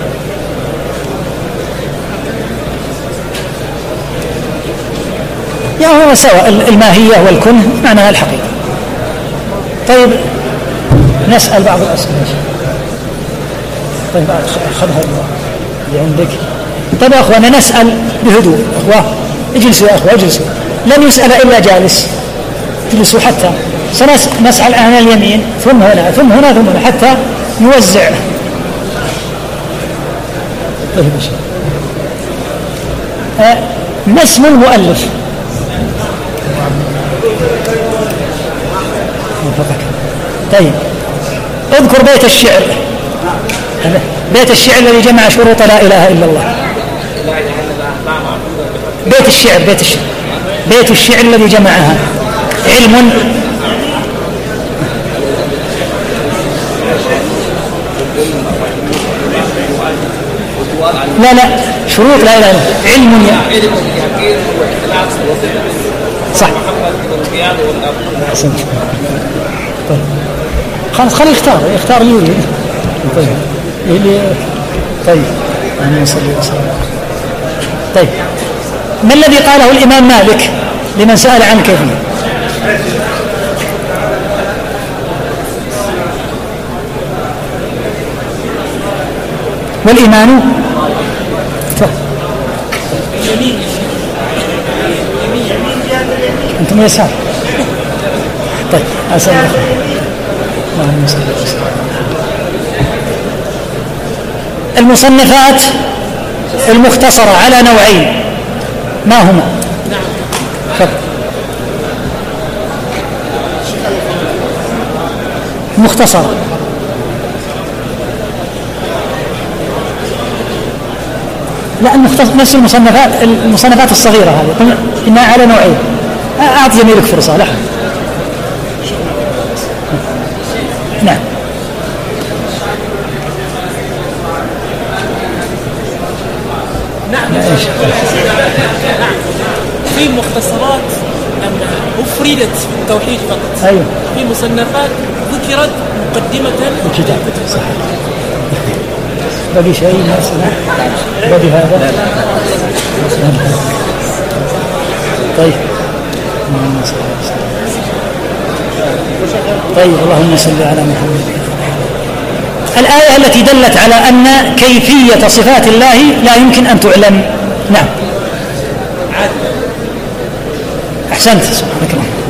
يعني هو سواء الماهية والكنه معناها الحقيقة. طيب نسأل بعض الأسئلة. طيب أخذها اللي عندك. طيب يا أخوانا نسأل بهدوء. أخوة اجلسوا يا أخوة اجلسوا، لن يسأل إلا جالس، اجلسوا حتى سنسأل عن اليمين ثم هنا ثم هنا ثم هنا حتى نوزع. طيب ما اسم المؤلف؟ طيب اذكر بيت الشعر، بيت الشعر الذي جمع شروط لا إله إلا الله. بيت الشعر بيت الشعر الذي جمعها. علم، لا شروط لا إله إلا الله. علم صح. طيب خلي يختار اللي يريد. طيب أنا أصلي وسلم. طيب ما الذي قاله الإمام مالك لمن سأل عن كيفية؟ والإيمان أنتم يسار. طيب أسأل اللهم صل وسلم. المصنفات المختصرة على نوعين، ما هما؟ نعم. مختصرة لا نفس المصنفات الصغيرة هذه إنها على نوعين. أعط زميلك فرصة. لا نعم. نعم في مختصرات أفردت التوحيد فقط. أيوه. في مصنفات ذكرت مقدمة الكتاب. صح. بقي شيء ما سمع بقي هذا. طيب طيب اللهم صل على محمد. الآية التي دلت على أن كيفية صفات الله لا يمكن أن تعلم. نعم أحسنت سبحانك.